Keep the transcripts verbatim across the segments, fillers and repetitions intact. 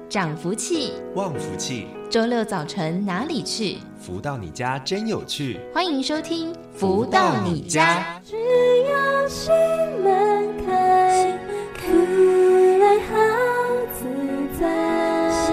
长福气， 旺福气。 周六早晨哪里去？ 福到你家真有趣。 欢迎收听福到你家。 只要心门开，出来好自在。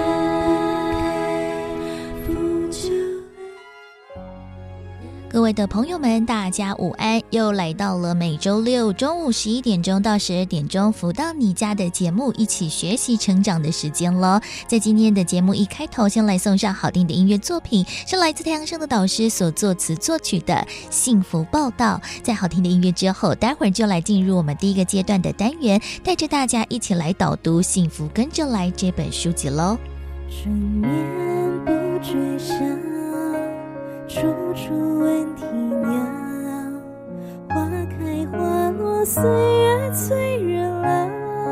各位的朋友们，大家午安！又来到了每周六中午十一点钟到十二点钟福到你家的节目，一起学习成长的时间了。在今天的节目一开头，先来送上好听的音乐作品，是来自太阳升的导师所作词作曲的《幸福报道》。在好听的音乐之后，待会儿就来进入我们第一个阶段的单元，带着大家一起来导读《幸福跟着来》这本书籍喽。 春眠不追晓，处处闻啼鸟，花开花落，岁月催人老。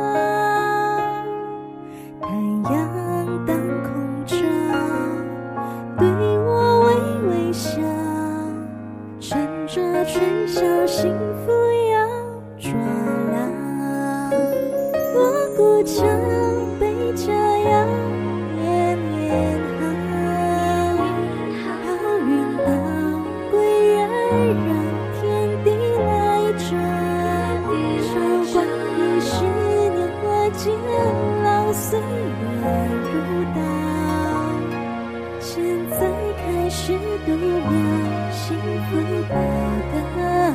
太阳当空照，对我微微笑，趁着春晓，幸福要抓牢。锣鼓敲，杯佳肴，年年岁月如刀，现在开始读秒幸福报告。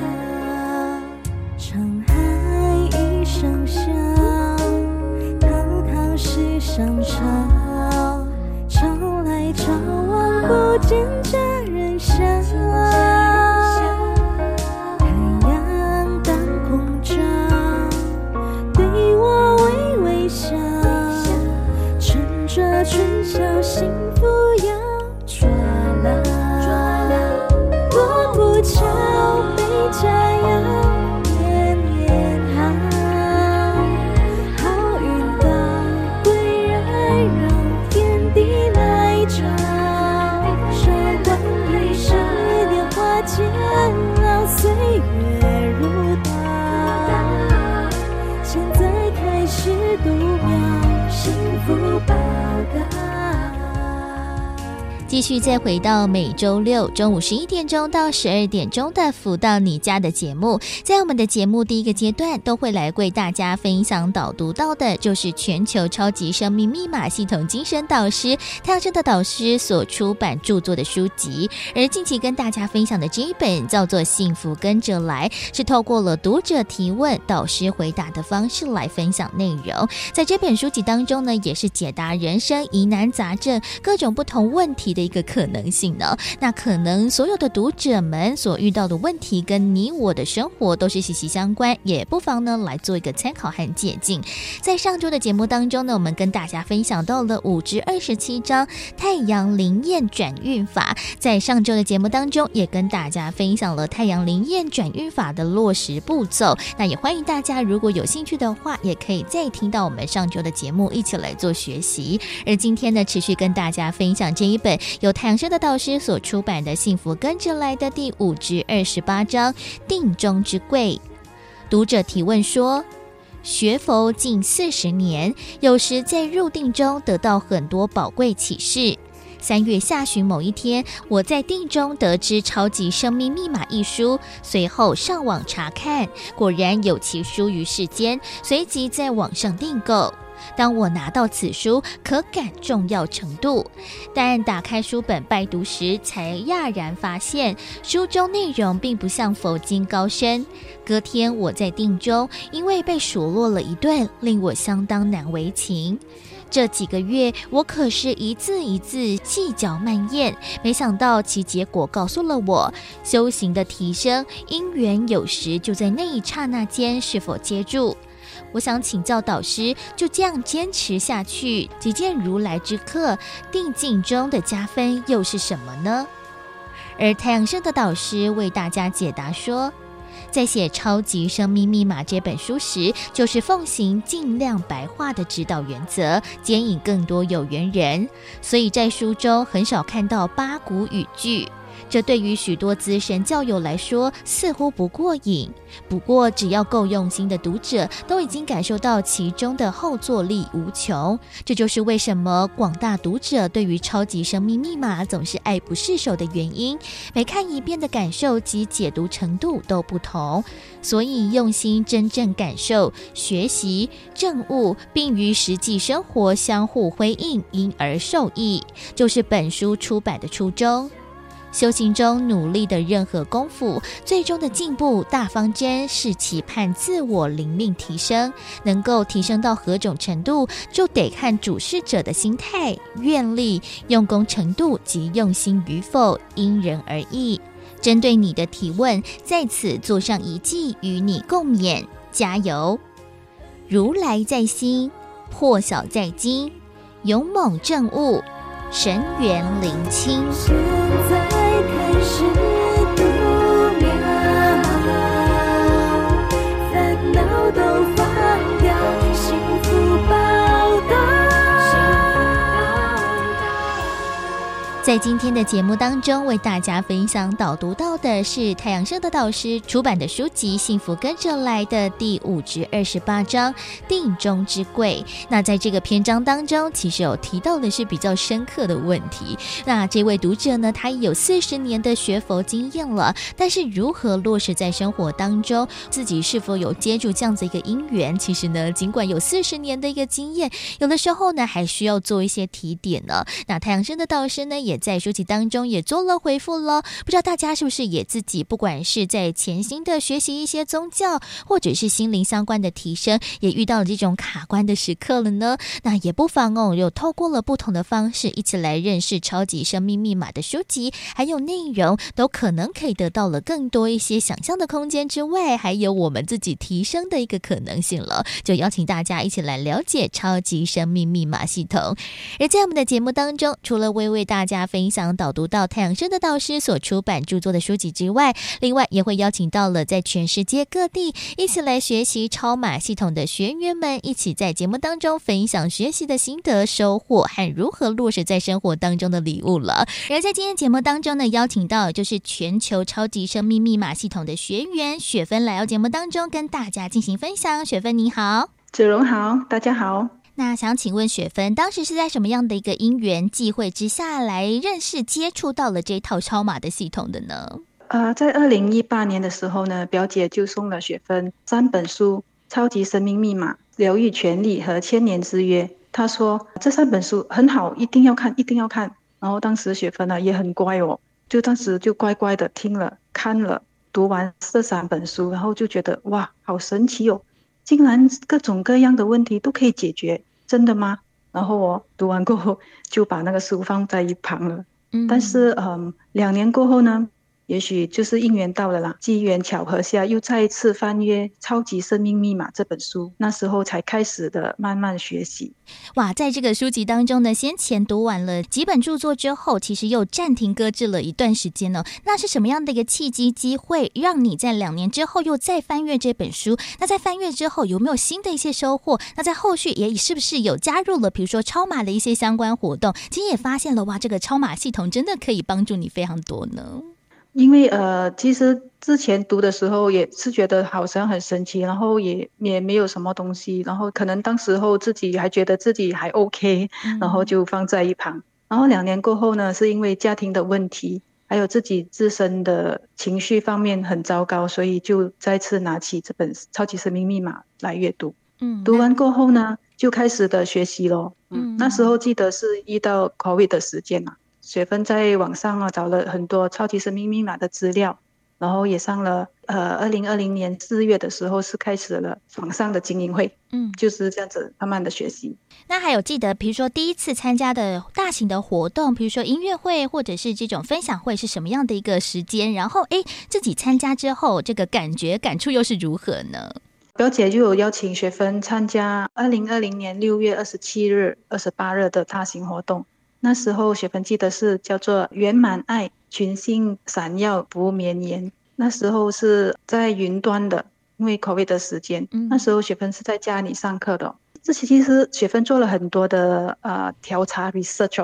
沧海一声笑，滔滔世上潮，潮来潮往不见佳人笑。太阳当空照，对我微微笑，这春晓，幸福要抓牢。锣鼓敲，杯佳肴，年年好。好运到，贵人让天地来照。韶光易逝，年华渐老，岁月如刀。现在开始读秒幸福报。 继续再回到每周六中午十一点钟到十二点钟的福到你家的节目，在我们的节目第一个阶段都会来为大家分享导读到的就是全球超级生命密码系统精神导师太阳升的导师所出版著作的书籍。而近期跟大家分享的这一本叫做《幸福跟着来》，是透过了读者提问导师回答的方式来分享内容。在这本书籍当中呢，也是解答人生疑难杂症各种不同问题的一个可能性呢。那可能所有的读者们所遇到的问题跟你我的生活都是息息相关，也不妨呢来做一个参考和借鉴。在上周的节目当中呢，我们跟大家分享到了五至二十七章太阳灵验转运法。在上周的节目当中，也跟大家分享了太阳灵验转运法的落实步骤。那也欢迎大家如果有兴趣的话，也可以再听到我们上周的节目，一起来做学习。而今天呢，持续跟大家分享这一本由太阳升的导师所出版的《幸福跟着来》的第五至二十八章定中之贵。读者提问说，学佛近四十年，有时在入定中得到很多宝贵启示。三月下旬某一天，我在定中得知《超级生命密码》一书，随后上网查看，果然有其书于世间，随即在网上订购。当我拿到此书，可感重要程度，但打开书本拜读时，才讶然发现书中内容并不像佛经高深。隔天我在定中，因为被数落了一顿，令我相当难为情。这几个月，我可是一字一字细嚼慢咽，没想到其结果告诉了我，修行的提升因缘有时就在那一刹那间是否接住。我想请教导师，就这样坚持下去，即见如来之课，定境中的加分又是什么呢？而太阳升的导师为大家解答说，在写《超级生命密码》这本书时，就是奉行尽量白话的指导原则，接引更多有缘人，所以在书中很少看到八股语句。 这对于许多资深教友来说似乎不过瘾，不过只要够用心的读者都已经感受到其中的后坐力无穷。这就是为什么广大读者对于超级生命密码总是爱不释手的原因，每看一遍的感受及解读程度都不同。所以用心真正感受、学习、证悟，并与实际生活相互辉映，因而受益，就是本书出版的初衷。修行中努力的任何功夫，最终的进步大方针是期盼自我灵命提升，能够提升到何种程度，就得看主事者的心态、愿力、用功程度及用心与否，因人而异。针对你的提问，在此做上一记与你共勉，加油！如来在心，破晓在今，勇猛正悟，神缘灵清。 现在开始度秒，烦恼都放掉，幸福报道。 在今天的节目当中，为大家分享导读到的是太阳盛德导师出版的书籍《幸福跟着来的》第五至二十八章定中之贵。那在这个篇章当中，其实有提到的是比较深刻的问题。那这位读者呢，他有四十年的学佛经验了，但是如何落实在生活当中，自己是否有接住这样子一个因缘，其实呢，尽管有四十年的一个经验，有的时候呢，还需要做一些提点呢。那太阳盛德导师呢，也在书籍当中也做了回复了，不知道大家是不是也自己不管是在潜心的学习一些宗教，或者是心灵相关的提升，也遇到了这种卡关的时刻了呢？那也不妨哦，有透过了不同的方式，一起来认识超级生命密码的书籍，还有内容，都可能可以得到了更多一些想象的空间之外，还有我们自己提升的一个可能性了。就邀请大家一起来了解超级生命密码系统。而在我们的节目当中，除了为为大家分享导读到太阳盛德导师所出版著作的书籍之外，另外也会邀请到了在全世界各地一起来学习超码系统的学员们，一起在节目当中分享学习的心得、收获和如何落实在生活当中的礼物了。而在今天节目当中呢，邀请到就是全球超级生命密码系统的学员雪芬来到节目当中跟大家进行分享。雪芬你好。 子荣好，大家好。 那想请问雪芬，当时是在什么样的一个因缘际会之下来认识接触到了这一套超码的系统的呢？ 呃，在二零一八年的时候呢，表姐就送了雪芬三本书：《超级生命密码》、《疗愈权利》和《千年之约》。她说这三本书很好，一定要看，一定要看。然后当时雪芬呢也很乖哦，就当时就乖乖的听了、看了、读完这三本书，然后就觉得哇，好神奇哦！竟然各种各样的问题都可以解决，真的吗？然后我读完过后就把那个书放在一旁了。嗯，但是嗯，两年过后呢，也许就是因缘到了啦，机缘巧合下又再一次翻阅《超级生命密码》这本书，那时候才开始的慢慢学习。 哇，在这个书籍当中呢，先前读完了几本著作之后，其实又暂停搁置了一段时间呢。那是什么样的一个契机机会，让你在两年之后又再翻阅这本书？那在翻阅之后有没有新的一些收获？那在后续也是不是有加入了比如说超码的一些相关活动？其实也发现了，哇，这个超码系统真的可以帮助你非常多呢。 因为呃，其实之前读的时候也是觉得好像很神奇，然后也也没有什么东西，然后可能当时候自己还觉得自己还 OK，嗯，然后就放在一旁。然后两年过后呢，是因为家庭的问题，还有自己自身的情绪方面很糟糕，所以就再次拿起这本《超级生命密码》来阅读。嗯，读完过后呢，就开始的学习咯。嗯，那时候记得是遇到 COVID 的时间嘛。雪芬在网上啊找了很多超级生命密码的资料，然后也上了呃二零二零年四月的时候是开始了网上的精英会，嗯，就是这样子慢慢的学习。 那还有记得比如说第一次参加的大型的活动，比如说音乐会或者是这种分享会是什么样的一个时间？然后诶自己参加之后这个感觉感触又是如何呢？ 表姐就有邀请雪芬参加二零二零年六月二十七日、二十八日的大型活动。那时候雪芬记得是叫做圆满爱，群星闪耀不绵延。那时候是在云端的，因为 COVID 的时间，嗯，那时候雪芬是在家里上课的。这其实雪芬做了很多的呃调查 research 哦，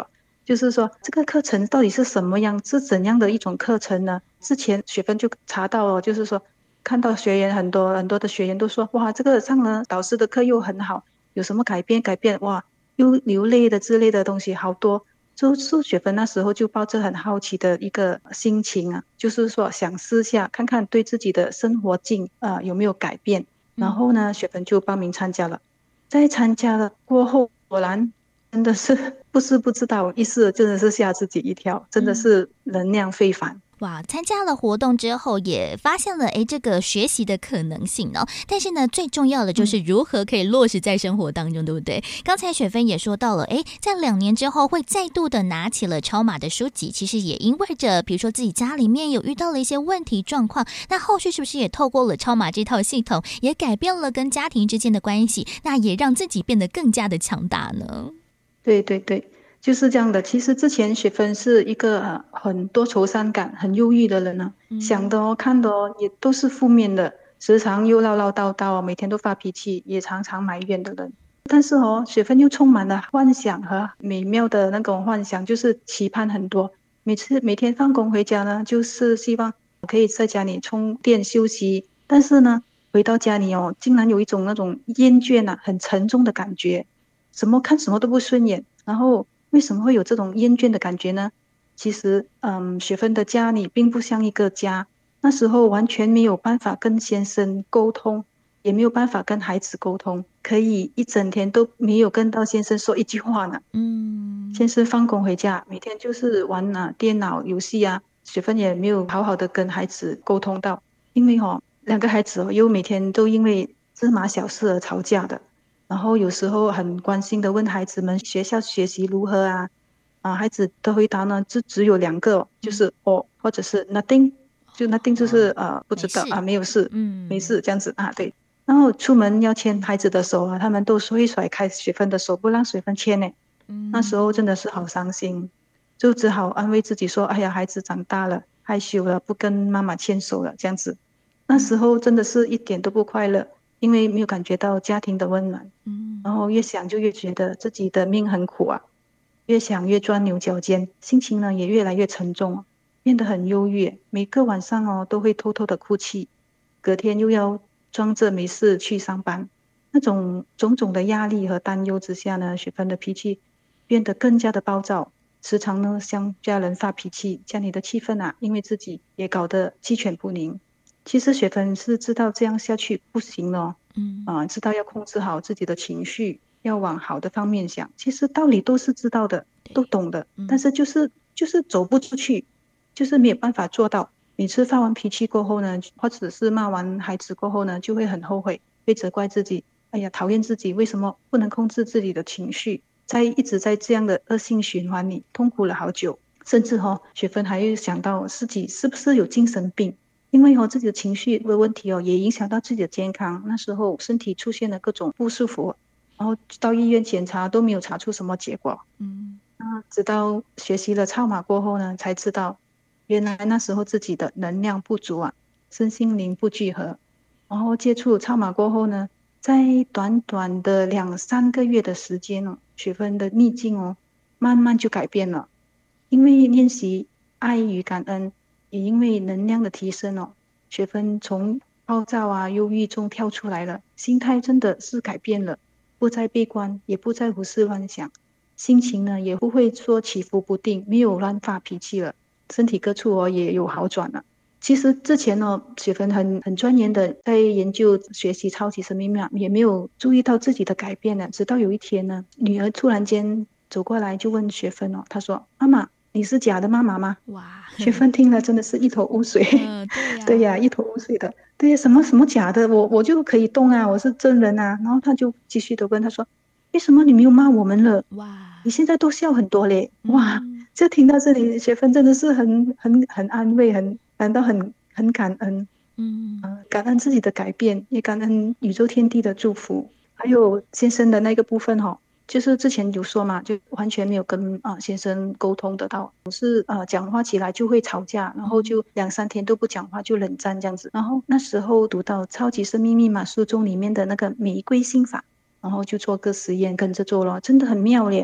就是说这个课程到底是什么样，是怎样的一种课程呢？之前学分就查到了，就是说看到学员很多很多的学员都说，哇，这个上了导师的课又很好，有什么改变改变，哇，又流泪的之类的东西好多。就是学分那时候就抱着很好奇的一个心情啊，就是说想试下看看对自己的生活境呃有没有改变，然后呢，学分就报名参加了。在参加了过后，果然真的是不是不知道，一试真的是吓自己一跳，真的是能量非凡。 哇，参加了活动之后也发现了诶这个学习的可能性哦，但是呢最重要的就是如何可以落实在生活当中，对不对？刚才雪芬也说到了，诶在两年之后会再度的拿起了超马的书籍，其实也因为着比如说自己家里面有遇到了一些问题状况，那后续是不是也透过了超马这套系统也改变了跟家庭之间的关系，那也让自己变得更加的强大呢？ 对对对，就是这样的。其实之前雪芬是一个呃很多愁善感、很忧郁的人呢、啊，想的哦、看的哦，也都是负面的，时常又唠唠叨叨，每天都发脾气，也常常埋怨的人。但是哦，雪芬又充满了幻想和美妙的那种幻想，就是期盼很多。每次每天放工回家呢，就是希望可以在家里充电休息。但是呢，回到家里哦，竟然有一种那种厌倦啊，很沉重的感觉。什么看什么都不顺眼，然后为什么会有这种厌倦的感觉呢？其实，嗯，雪芬的家里并不像一个家，那时候完全没有办法跟先生沟通，也没有办法跟孩子沟通，可以一整天都没有跟到先生说一句话呢。 嗯， 先生放工回家，每天就是玩啊电脑游戏啊，雪芬也没有好好的跟孩子沟通到，因为哦，两个孩子哦又每天都因为芝麻小事而吵架的。然后有时候很关心的问孩子们学校学习如何啊？啊，孩子的回答呢，就只有两个，就是哦，或者是 nothing， 就 nothing 就是呃不知道啊，没有事， 嗯， 没事这样子啊，对。然后出门要牵孩子的手啊，他们都会甩开雪芬的手，不让雪芬牵呢。那时候真的是好伤心，就只好安慰自己说：“哎呀，孩子长大了，害羞了，不跟妈妈牵手了。”这样子，那时候真的是一点都不快乐。因为没有感觉到家庭的温暖，嗯，然后越想就越觉得自己的命很苦啊，越想越钻牛角尖，心情呢也越来越沉重，变得很忧郁，每个晚上哦都会偷偷的哭泣，隔天又要装着没事去上班，那种种种的压力和担忧之下呢，雪芬的脾气变得更加的暴躁，时常呢向家人发脾气，家里的气氛啊，因为自己也搞得鸡犬不宁。其实雪芬是知道这样下去不行了，嗯啊、呃，知道要控制好自己的情绪，要往好的方面想。其实道理都是知道的，都懂的，嗯、但是就是就是走不出去，就是没有办法做到。每次发完脾气过后呢，或者是骂完孩子过后呢，就会很后悔，会责怪自己，哎呀，讨厌自己，为什么不能控制自己的情绪？在一直在这样的恶性循环里痛苦了好久，甚至哦，雪芬还会想到自己是不是有精神病。因为哦自己的情绪的问题哦，也影响到自己的健康。那时候身体出现了各种不舒服，然后到医院检查都没有查出什么结果。嗯，那直到学习了超马过后呢，才知道原来那时候自己的能量不足啊，身心灵不聚合。然后接触超马过后呢，在短短的两三个月的时间哦，雪芬的逆境哦，慢慢就改变了。因为练习爱与感恩。也因为能量的提升哦，雪芬从暴躁啊、忧郁中跳出来了，心态真的是改变了，不再悲观，也不再胡思乱想，心情呢也不会说起伏不定，没有乱发脾气了，身体各处哦也有好转了。其实之前呢、哦，雪芬很很钻研的在研究学习超级生命密码，也没有注意到自己的改变呢。直到有一天呢，女儿突然间走过来就问雪芬哦，她说：“妈妈。”你是假的妈妈吗？哇！雪芬听了真的是一头雾水。 嗯、对呀、 对呀，一头雾水的。对呀，什么什么假的？我我就可以动啊，我是真人啊。然后他就继续的问他说：“为什么你没有骂我们了？哇！你现在都笑很多嘞！哇！”嗯、就听到这里，雪芬真的是很很很安慰，很感到很很感恩。嗯、呃，感恩自己的改变，也感恩宇宙天地的祝福，还有先生的那个部分哈、哦。就是之前有说嘛，就完全没有跟啊、呃、先生沟通得到，总是呃讲话起来就会吵架，然后就两三天都不讲话就冷战这样子。然后那时候读到《超级生命密码》书中里面的那个玫瑰心法，然后就做个实验跟着做咯，真的很妙嘞。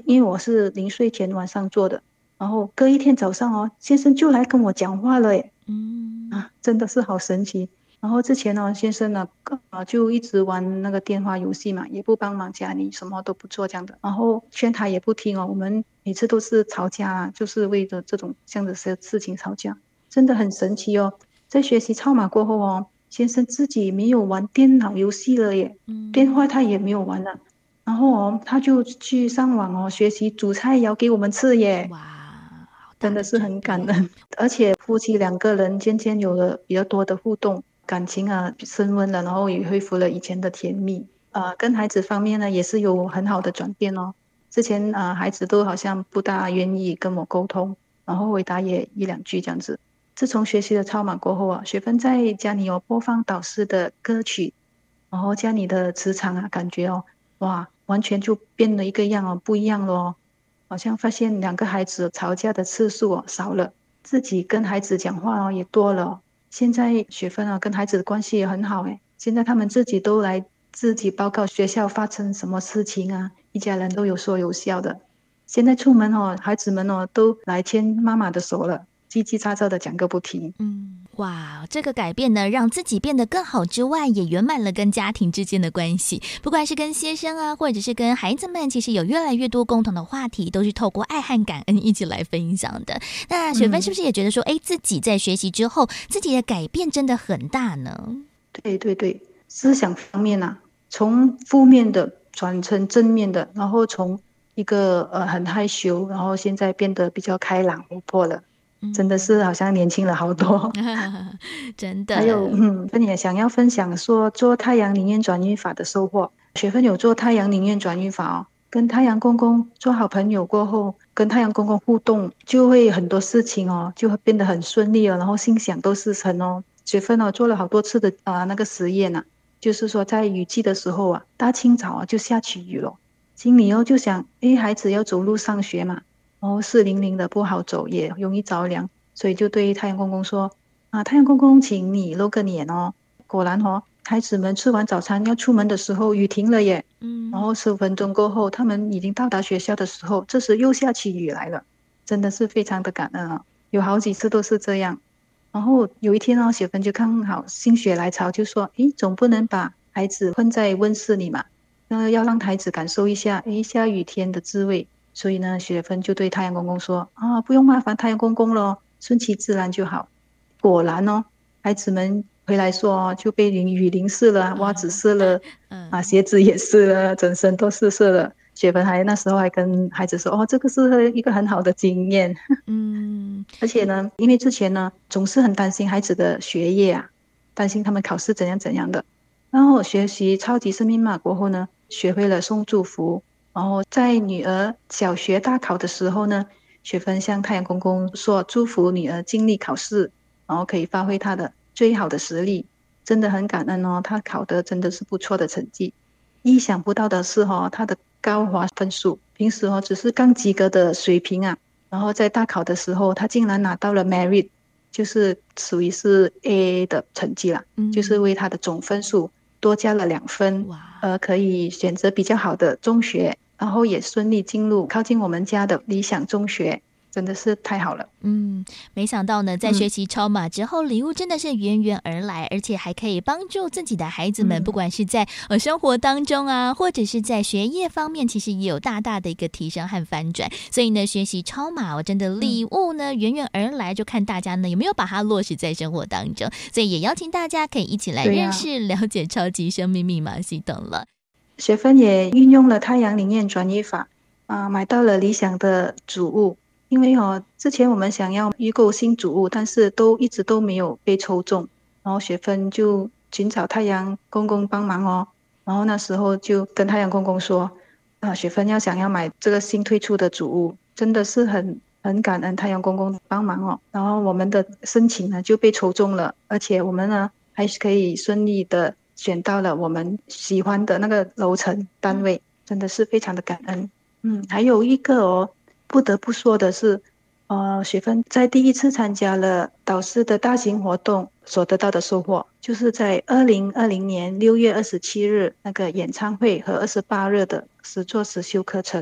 因为我是临睡前晚上做的，然后隔一天早上哦，先生就来跟我讲话了耶。 嗯啊，真的是好神奇。然后之前呢，先生呢，呃，就一直玩那个电话游戏嘛，也不帮忙家里，什么都不做这样的。然后劝他也不听哦，我们每次都是吵架啊，就是为着这种这样的事事情吵架，真的很神奇哦。在学习超马过后哦，先生自己没有玩电脑游戏了耶，电话他也没有玩了。然后哦，他就去上网哦，学习煮菜肴给我们吃耶。 哇，好大真的是很感转变。 恩，而且夫妻两个人渐渐有了比较多的互动，感情啊升温了，然后也恢复了以前的甜蜜。呃，跟孩子方面呢，也是有很好的转变哦。之前啊、呃，孩子都好像不大愿意跟我沟通，然后回答也一两句这样子。自从学习了超马过后啊，学芬在家里有播放导师的歌曲，然后家里的磁场啊，感觉哦，哇，完全就变了一个样哦，不一样了哦。好像发现两个孩子吵架的次数哦少了，自己跟孩子讲话哦也多了哦。现在学芬啊跟孩子的关系也很好诶，现在他们自己都来自己报告学校发生什么事情啊，一家人都有说有笑的。现在出门哦，孩子们哦都来牵妈妈的手了，叽叽喳喳的讲个不停。 嗯，哇，这个改变呢，让自己变得更好之外，也圆满了跟家庭之间的关系。不管是跟先生啊，或者是跟孩子们，其实有越来越多共同的话题，都是透过爱和感恩一起来分享的。那雪芬是不是也觉得说，哎、嗯，自己在学习之后，自己的改变真的很大呢？ 对对对，思想方面啊，从负面的转成正面的，然后从一个呃很害羞，然后现在变得比较开朗活泼了。真的是好像年轻了好多， 真的。 还有，嗯，芬也想要分享说做太阳灵验转运法的收获。学芬有做太阳灵验转运法哦，跟太阳公公做好朋友过后，跟太阳公公互动，就会很多事情哦，就会变得很顺利哦，然后心想都事成哦。学芬哦做了好多次的啊、呃、那个实验啊，就是说在雨季的时候啊，大清早啊就下起雨了，心里哦就想，诶，孩子要走路上学嘛。然后湿淋淋的不好走，也容易着凉，所以就对太阳公公说啊，太阳公公，请你露个脸哦。果然哦，孩子们吃完早餐要出门的时候，雨停了耶。嗯。然后十五分钟过后，他们已经到达学校的时候，这时又下起雨来了，真的是非常的感恩啊！有好几次都是这样。然后有一天哦，雪芬就刚好心血来潮，就说：诶，总不能把孩子困在温室里嘛，那要让孩子感受一下，诶，下雨天的滋味。所以呢，雪芬就对太阳公公说：啊，不用麻烦太阳公公了，顺其自然就好。果然哦，孩子们回来说就被淋雨淋湿了，袜子湿了，啊，鞋子也湿了，整身都是湿了。雪芬还那时候还跟孩子说：哦，这个是一个很好的经验。嗯，而且呢，因为之前呢总是很担心孩子的学业啊，担心他们考试怎样怎样的。然后学习超级生命码过后呢，学会了送祝福。然后在女儿小学大考的时候呢，雪芬向太阳公公说祝福女儿尽力考试，然后可以发挥她的最好的实力，真的很感恩哦，她考得真的是不错的成绩。意想不到的是哦，她的高华分数，平时哦只是刚及格的水平啊，然后在大考的时候，她竟然拿到了 merit， 就是属于是 A 的成绩啦，嗯、就是为她的总分数多加了两分，呃，可以选择比较好的中学。然后也顺利进入靠近我们家的理想中学，真的是太好了。 嗯，没想到呢，在学习超马之后，嗯、礼物真的是源源而来，而且还可以帮助自己的孩子们，嗯、不管是在呃生活当中啊，或者是在学业方面，其实也有大大的一个提升和翻转。所以呢，学习超马，我真的礼物呢、嗯、源源而来，就看大家呢有没有把它落实在生活当中。所以也邀请大家可以一起来认识、啊、了解超级生命密码系统了。 雪芬也运用了太阳灵验转移法啊、呃，买到了理想的主物。因为哦，之前我们想要预购新主物，但是都一直都没有被抽中，然后雪芬就寻找太阳公公帮忙哦。然后那时候就跟太阳公公说啊，雪芬要想要买这个新推出的主物，真的是很很感恩太阳公公帮忙哦。然后我们的申请呢就被抽中了，而且我们呢还是可以顺利的选到了我们喜欢的那个楼层单位，真的是非常的感恩。嗯，还有一个哦，不得不说的是，呃，雪芬在第一次参加了导师的大型活动所得到的收获，就是在二零二零年六月二十七日那个演唱会和二十八日的实作实修课程。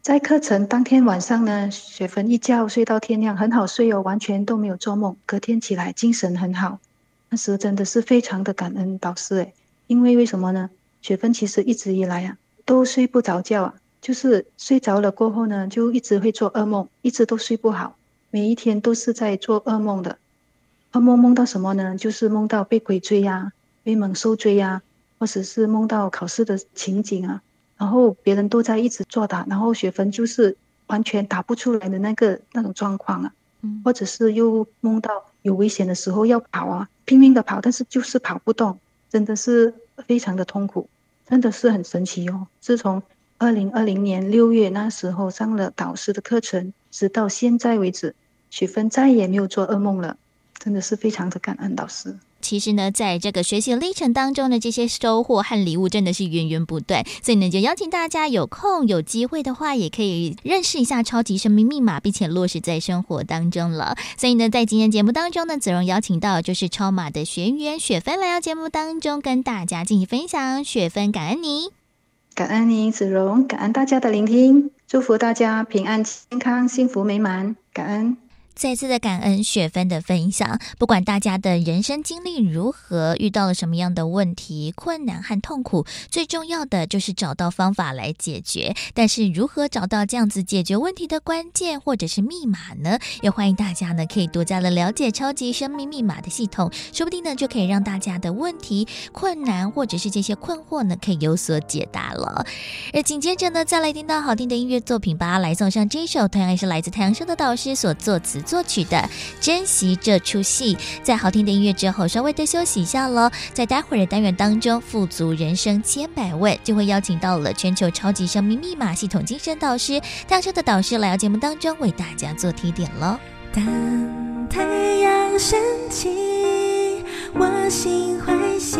在课程当天晚上呢，雪芬一觉睡到天亮，很好睡哦，完全都没有做梦，隔天起来精神很好。那时真的是非常的感恩导师诶，因为为什么呢？雪芬其实一直以来啊都睡不着觉啊，就是睡着了过后呢，就一直会做噩梦，一直都睡不好，每一天都是在做噩梦的。噩梦梦到什么呢？就是梦到被鬼追啊，被猛兽追啊，或者是梦到考试的情景啊，然后别人都在一直作答，然后雪芬就是完全答不出来的那个那种状况啊，嗯，或者是又梦到有危险的时候要跑啊，拼命的跑，但是就是跑不动，真的是非常的痛苦，真的是很神奇哦。自从二零二零年六月那时候上了导师的课程，直到现在为止，雪芬再也没有做噩梦了，真的是非常的感恩导师。 其实呢，在这个学习历程当中呢，这些收获和礼物真的是源源不断，所以呢，就邀请大家有空有机会的话，也可以认识一下超级生命密码，并且落实在生活当中了。所以呢，在今天节目当中呢，子荣邀请到就是超码的学员雪芬来到节目当中跟大家进行分享。雪芬，感恩你， 感恩你子荣，感恩大家的聆听，祝福大家平安健康幸福美满，感恩。 再次的感恩雪芬的分享，不管大家的人生经历如何，遇到了什么样的问题、困难和痛苦，最重要的就是找到方法来解决。但是如何找到这样子解决问题的关键或者是密码呢？也欢迎大家呢可以多加的了解超级生命密码的系统，说不定呢就可以让大家的问题、困难或者是这些困惑呢可以有所解答了。而紧接着呢，再来听到好听的音乐作品吧，来送上这一首同样也是来自太阳升的导师所作词作曲的《珍惜这出戏》。在好听的音乐之后稍微的休息一下咯，在待会儿的单元当中，富足人生千百问就会邀请到了全球超级生命密码系统精神导师太阳升的导师来到节目当中为大家做提点咯。 当太阳升起，我心欢喜，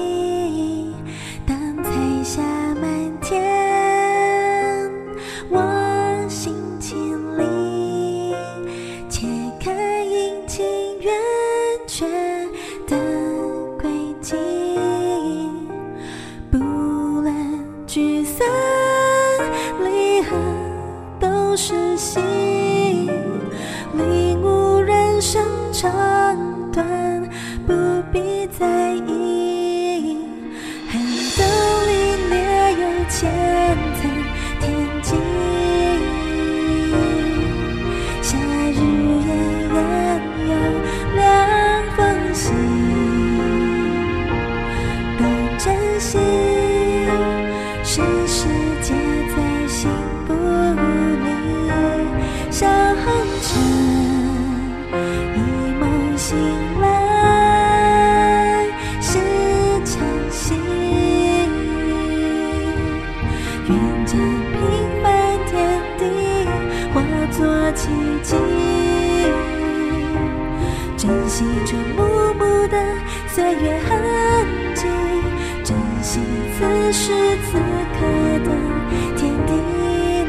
当彩霞满天，我心情里切开阴晴圆缺的轨迹，不论聚散离合都是喜，领悟人生长短不必在意，寒冬里略有千层天际，夏日炎炎有凉风习，更珍惜世事皆在心不离，小红尘一梦醒来是常喜，愿将平凡天地化作奇迹，珍惜这幕幕的岁月痕迹，珍惜此时此刻的天地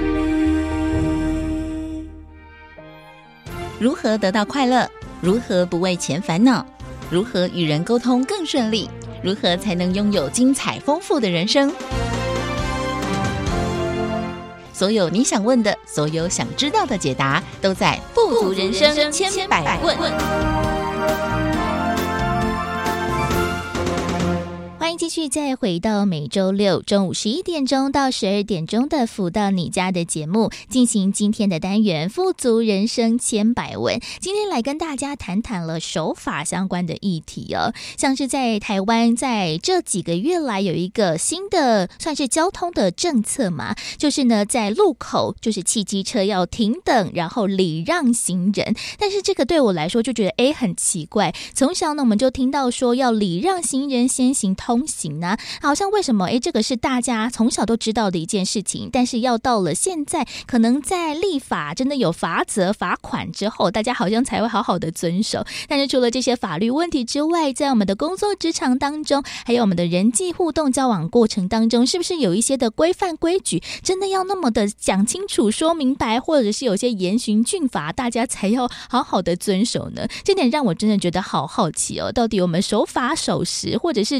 里。 如何得到快乐？如何不为钱烦恼？如何与人沟通更顺利？如何才能拥有精彩丰富的人生？所有你想问的，所有想知道的解答，都在富足人生千百问。 欢迎继续再回到每周六中午十一点钟到十二点钟的福到你家的节目，进行今天的单元富足人生千百问。今天来跟大家谈谈了守法相关的议题哦，像是在台湾在这几个月来有一个新的算是交通的政策嘛，就是呢在路口就是汽机车要停等，然后礼让行人。但是这个对我来说就觉得诶很奇怪，从小呢我们就听到说要礼让行人先行通行呢、啊，好像为什么诶这个是大家从小都知道的一件事情，但是要到了现在可能在立法真的有罚则罚款之后，大家好像才会好好的遵守。但是除了这些法律问题之外，在我们的工作职场当中，还有我们的人际互动交往过程当中，是不是有一些的规范规矩真的要那么的讲清楚说明白，或者是有些严刑峻法大家才要好好的遵守呢？这点让我真的觉得好好奇哦，到底我们守法守时或者是遵守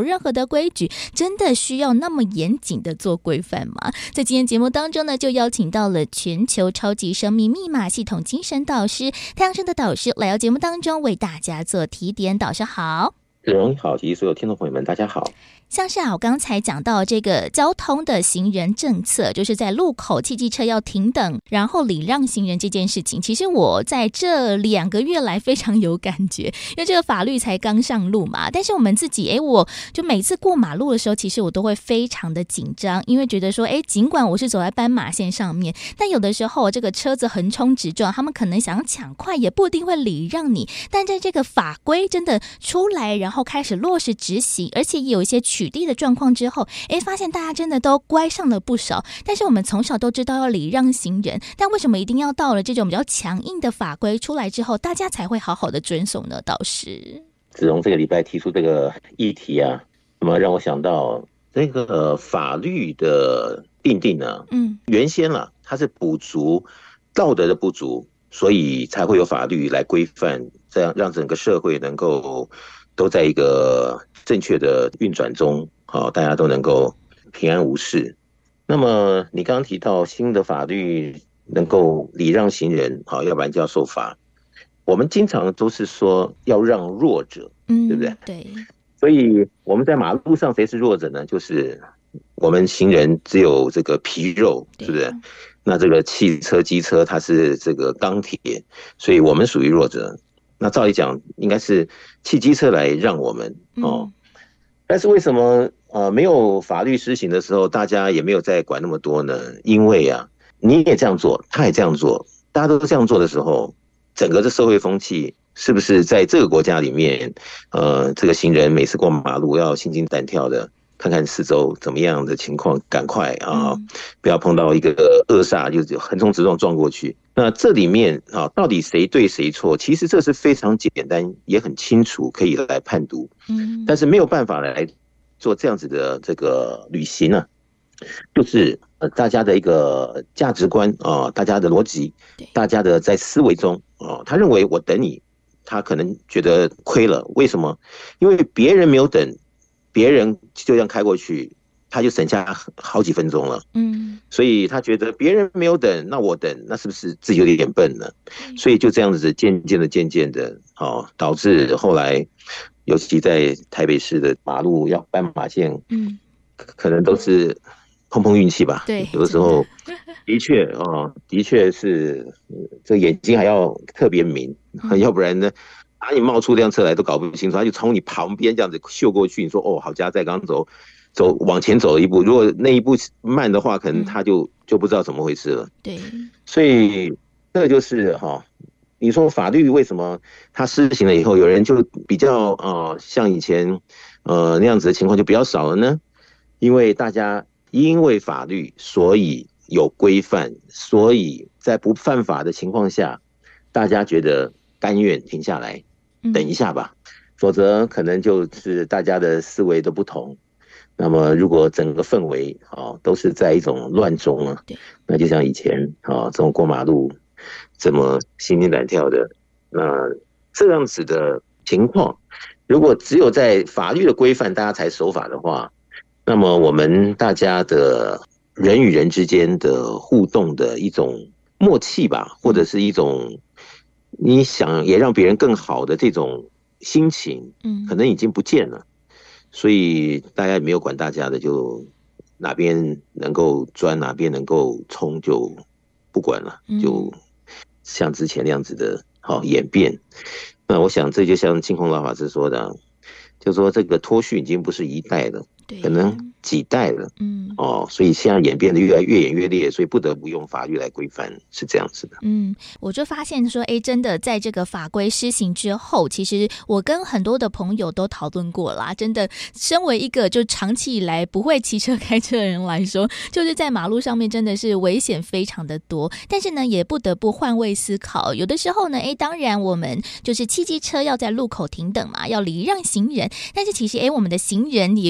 任何的规矩，真的需要那么严谨的做规范吗？在今天节目当中呢，就邀请到了全球超级生命密码系统精神导师太阳升的导师来到节目当中为大家做提点。导师好。 子荣好，及所有听众朋友们大家好。 像是啊，我刚才讲到这个交通的行人政策，就是在路口汽机车要停等，然后礼让行人这件事情，其实我在这两个月来非常有感觉，因为这个法律才刚上路嘛。但是我们自己，哎，我就每次过马路的时候，其实我都会非常的紧张，因为觉得说，哎，尽管我是走在斑马线上面，但有的时候这个车子横冲直撞，他们可能想要抢快，也不一定会礼让你。但在这个法规真的出来，然后开始落实执行，而且也有一些取缔的状况之后，哎，发现大家真的都乖上了不少。但是我们从小都知道要礼让行人，但为什么一定要到了这种比较强硬的法规出来之后，大家才会好好的遵守呢？导师子荣这个礼拜提出这个议题啊，那么让我想到这个法律的定定呢，嗯，原先啊，它是补足道德的不足，所以才会有法律来规范，这样让整个社会能够都在一个正确的运转中，好，大家都能够平安无事。那么你刚刚提到新的法律能够礼让行人，好，要不然就要受罚。我们经常都是说要让弱者，嗯，对不对？ 对。 所以我们在马路上谁是弱者呢？就是我们行人只有这个皮肉，是不是？那这个汽车、机车它是这个钢铁，所以我们属于弱者。那照理讲，应该是汽机车来让我们哦。但是为什么呃没有法律施行的时候，大家也没有再管那么多呢？因为啊，你也这样做，他也这样做，大家都这样做的时候，整个的社会风气是不是在这个国家里面，呃，这个行人每次过马路要心惊胆跳的，看看四周怎么样的情况，赶快啊，嗯、不要碰到一个恶煞就横冲直撞撞过去。那这里面啊，到底谁对谁错？其实这是非常简单，也很清楚，可以来判读。嗯，但是没有办法来做这样子的这个旅行呢、啊，就是呃大家的一个价值观啊、呃，大家的逻辑，大家的在思维中啊、呃，他认为我等你，他可能觉得亏了。为什么？因为别人没有等，别人就这样开过去。他就省下好几分钟了，嗯，所以他觉得别人没有等，那我等，那是不是自己有点笨呢？所以就这样子渐渐的、渐渐的，哦，导致后来，尤其在台北市的马路要斑马线，嗯，可能都是碰碰运气吧。对，有的时候的确哦，的确是这眼睛还要特别明，嗯、要不然呢？哪里冒出辆车来都搞不清楚，他就从你旁边这样子嗅过去，你说哦，好家在刚走。走往前走了一步，如果那一步慢的话，可能他就、嗯、就不知道怎么回事了。对，所以这个就是哈、哦，你说法律为什么它施行了以后，有人就比较呃像以前呃那样子的情况就比较少了呢？因为大家因为法律，所以有规范，所以在不犯法的情况下，大家觉得甘愿停下来，等一下吧，嗯、否则可能就是大家的思维都不同。那么，如果整个氛围啊、哦、都是在一种乱中啊，那就像以前啊、哦、这种过马路这么心惊胆跳的，那这样子的情况，如果只有在法律的规范大家才守法的话，那么我们大家的人与人之间的互动的一种默契吧，或者是一种你想也让别人更好的这种心情，嗯，可能已经不见了。所以大家也没有管大家的，就哪边能够钻，哪边能够冲，就不管了，就像之前那样子的好演变。那我想这就像净空老法师说的，就说这个脱序已经不是一代了，可能几代了，嗯，哦，所以现在演变得越来越演越烈，所以不得不用法律来规范，是这样子的。 嗯，我就发现说，哎，真的在这个法规施行之后，其实我跟很多的朋友都讨论过啦。真的，身为一个就长期以来不会骑车开车的人来说，就是在马路上面真的是危险非常的多。但是呢，也不得不换位思考，有的时候呢，哎，当然我们就是汽机车要在路口停等嘛，要礼让行人，但是其实哎，我们的行人也要遵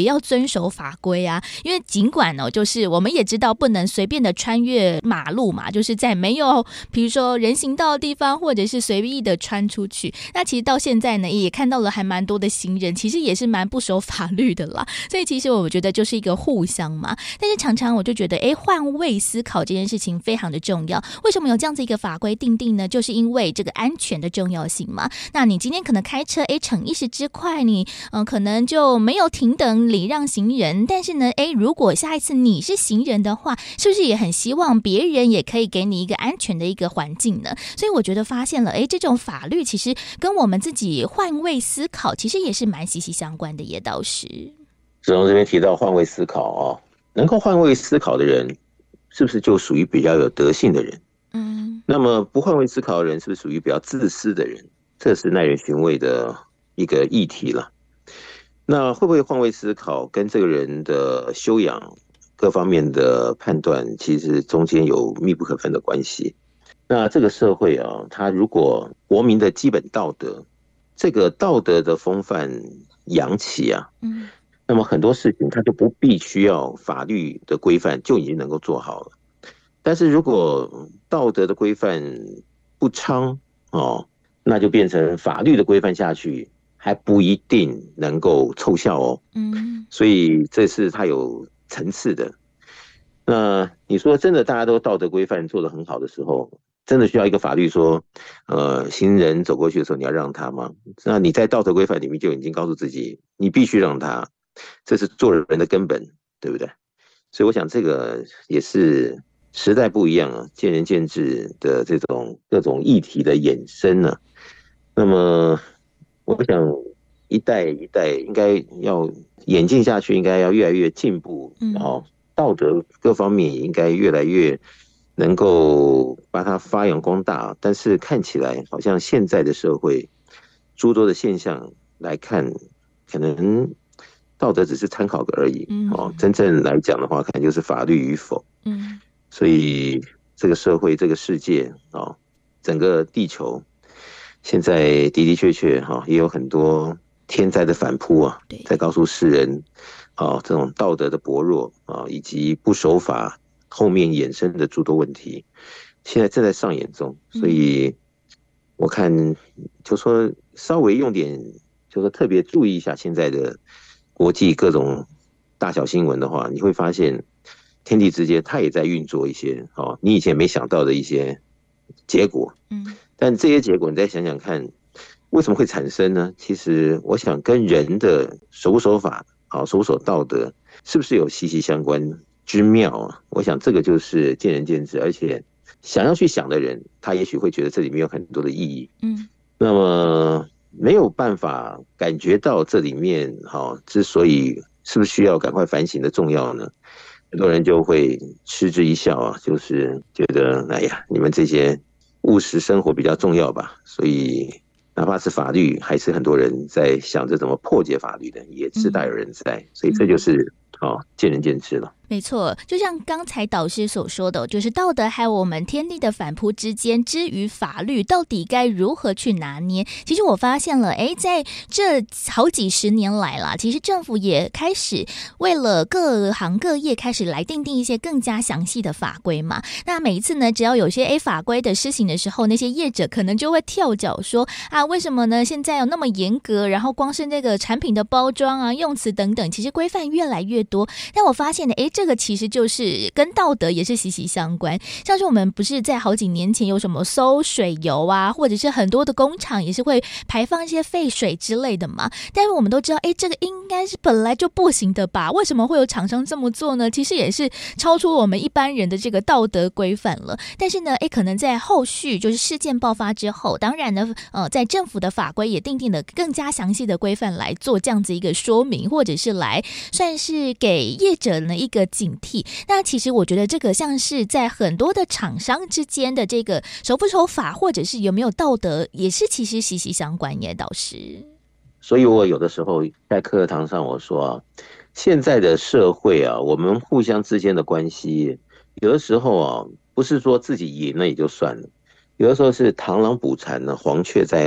遵守法规啊。因为尽管哦，就是我们也知道不能随便的穿越马路嘛，就是在没有比如说人行道的地方，或者是随意的穿出去。那其实到现在呢，也看到了还蛮多的行人，其实也是蛮不守法律的啦。所以其实我觉得就是一个互相嘛。但是常常我就觉得，哎，换位思考这件事情非常的重要。为什么有这样子一个法规定定呢？就是因为这个安全的重要性嘛。那你今天可能开车，哎，逞一时之快，你嗯、呃、可能就没有停等礼让行人。但是呢，哎，如果下一次你是行人的话，是不是也很希望别人也可以给你一个安全的一个环境呢？所以我觉得发现了，哎，这种法律其实跟我们自己换位思考，其实也是蛮息息相关的耶。倒是子荣这边提到换位思考啊、哦，能够换位思考的人，是不是就属于比较有德性的人？嗯，那么不换位思考的人，是不是属于比较自私的人？这是耐人寻味的一个议题了。那会不会换位思考跟这个人的修养各方面的判断，其实中间有密不可分的关系。那这个社会啊，它如果国民的基本道德，这个道德的风范扬起啊，嗯，那么很多事情它就不必须要法律的规范就已经能够做好了。但是如果道德的规范不彰哦，那就变成法律的规范下去还不一定能够凑效哦。嗯，所以这是它有层次的。那你说真的大家都道德规范做得很好的时候，真的需要一个法律说呃，行人走过去的时候你要让他吗？那你在道德规范里面就已经告诉自己你必须让他，这是做人的根本，对不对？所以我想这个也是时代不一样啊，见仁见智的这种各种议题的衍生呢、啊。那么我想一代一代应该要演进下去，应该要越来越进步，然后道德各方面也应该越来越能够把它发扬光大。但是看起来好像现在的社会诸多的现象来看，可能道德只是参考个而已、嗯哦、真正来讲的话看就是法律与否。嗯，所以这个社会这个世界、哦、整个地球现在的的确确、哦、也有很多天灾的反扑啊，在告诉世人、哦、这种道德的薄弱、哦、以及不守法后面衍生的诸多问题现在正在上演中。所以我看就说稍微用点就说特别注意一下现在的国际各种大小新闻的话，你会发现天地之间它也在运作一些、哦、你以前没想到的一些结果。嗯，但这些结果你再想想看为什么会产生呢？其实我想跟人的守不守法、哦、守不守道德是不是有息息相关之妙啊？我想这个就是见仁见智，而且想要去想的人他也许会觉得这里面有很多的意义。嗯，那么没有办法感觉到这里面、哦、之所以是不是需要赶快反省的重要呢？很多人就会嗤之以笑啊，就是觉得哎呀，你们这些务实生活比较重要吧。所以哪怕是法律，还是很多人在想着怎么破解法律的，也是大有人在。嗯、所以这就是哦，见仁见智了。 没错，就像刚才导师所说的，就是道德还有我们天地的反扑之间，之于法律到底该如何去拿捏。其实我发现了，哎，在这好几十年来啦，其实政府也开始为了各行各业开始来订定一些更加详细的法规嘛。那每一次呢，只要有些哎法规的施行的时候，那些业者可能就会跳脚说啊，为什么呢？现在有那么严格，然后光是那个产品的包装啊、用词等等，其实规范越来越多。但我发现呢，哎。这个其实就是跟道德也是息息相关，像是我们不是在好几年前有什么馊水油啊，或者是很多的工厂也是会排放一些废水之类的嘛，但是我们都知道哎，这个应该是本来就不行的吧，为什么会有厂商这么做呢？其实也是超出我们一般人的这个道德规范了。但是呢，哎，可能在后续就是事件爆发之后，当然呢呃，在政府的法规也订定了更加详细的规范来做这样子一个说明，或者是来算是给业者呢一个警惕。那其实我觉得这个像是在很多的厂商之间的这个守不守法或者是有没有道德也是其实息息相关耶。导师， 所以我有的时候在课堂上我说、啊、现在的社会啊，我们互相之间的关系有的时候啊，不是说自己赢了也就算了，有的时候是螳螂捕蝉呢，黄雀在后。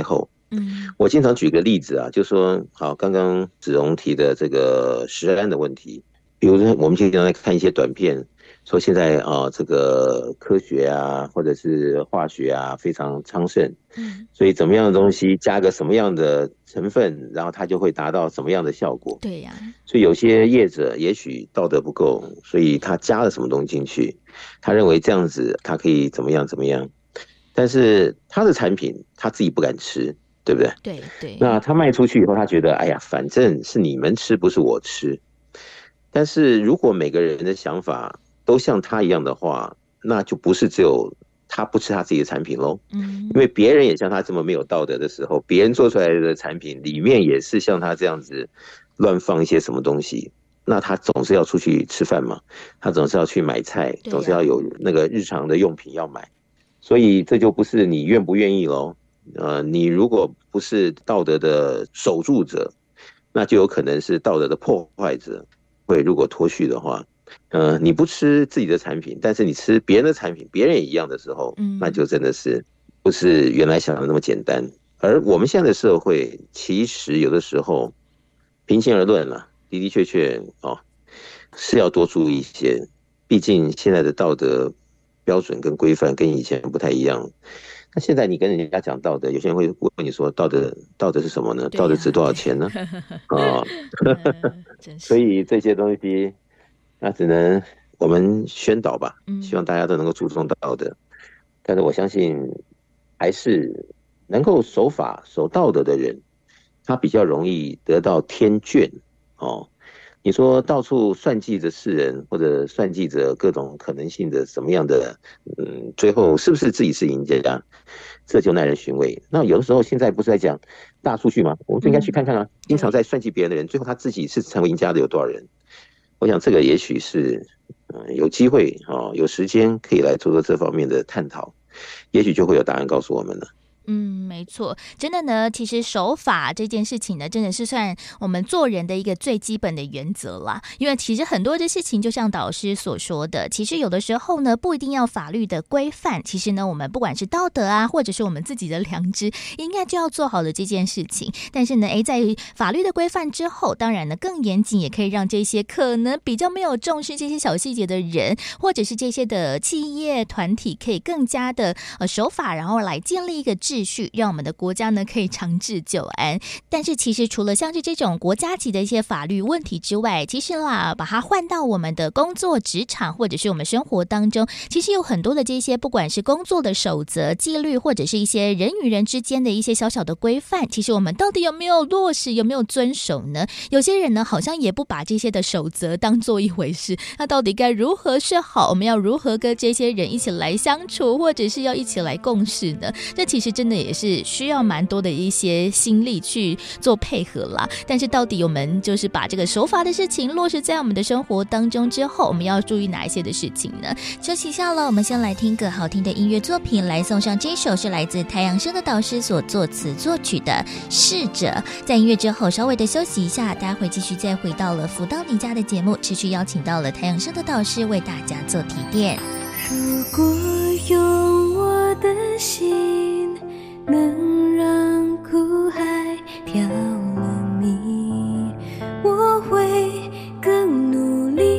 嗯，我经常举个例子啊，就说好，刚刚子荣提的这个食安的问题，比如说我们经常在看一些短片，说现在啊、呃、这个科学啊或者是化学啊非常昌盛，嗯，所以怎么样的东西加个什么样的成分，然后它就会达到什么样的效果。 对呀、啊， 所以有些业者也许道德不够，所以他加了什么东西进去，他认为这样子他可以怎么样怎么样，但是他的产品他自己不敢吃。对不对？ 对对。 那他卖出去以后，他觉得，哎呀，反正是你们吃，不是我吃。但是如果每个人的想法都像他一样的话，那就不是只有他不吃他自己的产品喽。嗯。因为别人也像他这么没有道德的时候，别人做出来的产品里面也是像他这样子乱放一些什么东西，那他总是要出去吃饭嘛，他总是要去买菜，总是要有那个日常的用品要买，所以这就不是你愿不愿意喽。呃，你如果不是道德的守住者，那就有可能是道德的破坏者。会如果脱序的话，呃，你不吃自己的产品，但是你吃别人的产品，别人也一样的时候，嗯，那就真的是不是原来想的那么简单。而我们现在的社会，其实有的时候，平心而论了，的的确确哦，是要多注意一些。毕竟现在的道德标准跟规范跟以前不太一样。那现在你跟人家讲道德，有些人会问你说道德道德是什么呢？道德值多少钱呢？啊，所以这些东西那只能我们宣导吧，希望大家都能够注重道德。但是我相信还是能够守法守道德的人，他比较容易得到天眷哦。你说到处算计着世人，或者算计着各种可能性的什么样的，嗯，最后是不是自己是赢家，这就耐人寻味。那有的时候现在不是在讲大数据吗？我们就应该去看看啊，经常在算计别人的人，最后他自己是成为赢家的有多少人？我想这个也许是，嗯，有机会哦，有时间可以来做做这方面的探讨，也许就会有答案告诉我们了。 嗯，没错，真的呢，其实守法这件事情呢，真的是算我们做人的一个最基本的原则啦。因为其实很多的事情，就像导师所说的，其实有的时候呢，不一定要法律的规范，其实呢，我们不管是道德啊，或者是我们自己的良知，应该就要做好了这件事情。但是呢，诶，在法律的规范之后，当然呢，更严谨，也可以让这些可能比较没有重视这些小细节的人，或者是这些的企业团体，可以更加的呃守法，然后来建立一个秩序，让我们的国家呢可以长治久安。但是其实除了像是这种国家级的一些法律问题之外，其实啦，把它换到我们的工作职场或者是我们生活当中，其实有很多的这些不管是工作的守则纪律，或者是一些人与人之间的一些小小的规范，其实我们到底有没有落实，有没有遵守呢？有些人呢好像也不把这些的守则当做一回事，那到底该如何是好？我们要如何跟这些人一起来相处，或者是要一起来共事呢？这其实真的也是需要蛮多的一些心力去做配合啦。但是到底我们就是把这个守法的事情落实在我们的生活当中之后，我们要注意哪一些的事情呢？休息一下了，我们先来听个好听的音乐作品，来送上这首是来自太阳升的导师所作词作曲的《逝者》。在音乐之后稍微的休息一下，待会继续再回到了福到你家的节目，持续邀请到了太阳升的导师为大家做提点。 如果用我的心能让苦海飘了你，我会更努力。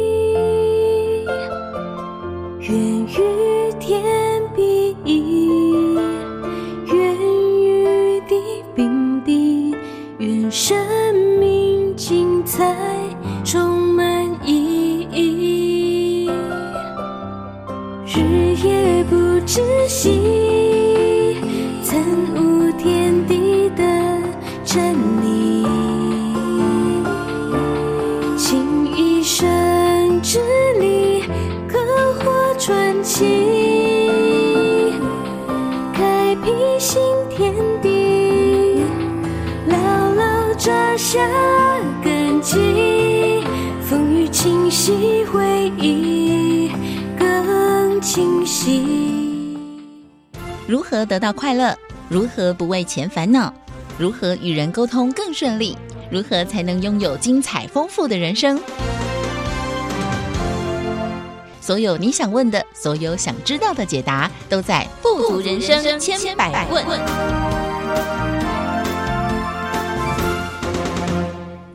愿与天比翼，愿与地并蒂，愿生命精彩充满意义。日夜不止息，参悟天地的真理，倾一生之力刻画传奇，开辟新天地，牢牢扎下根基，风雨清晰，回忆更清晰。 如何得到快乐？如何不为钱烦恼？如何与人沟通更顺利？如何才能拥有精彩丰富的人生？所有你想问的，所有想知道的解答，都在富足人生千百问。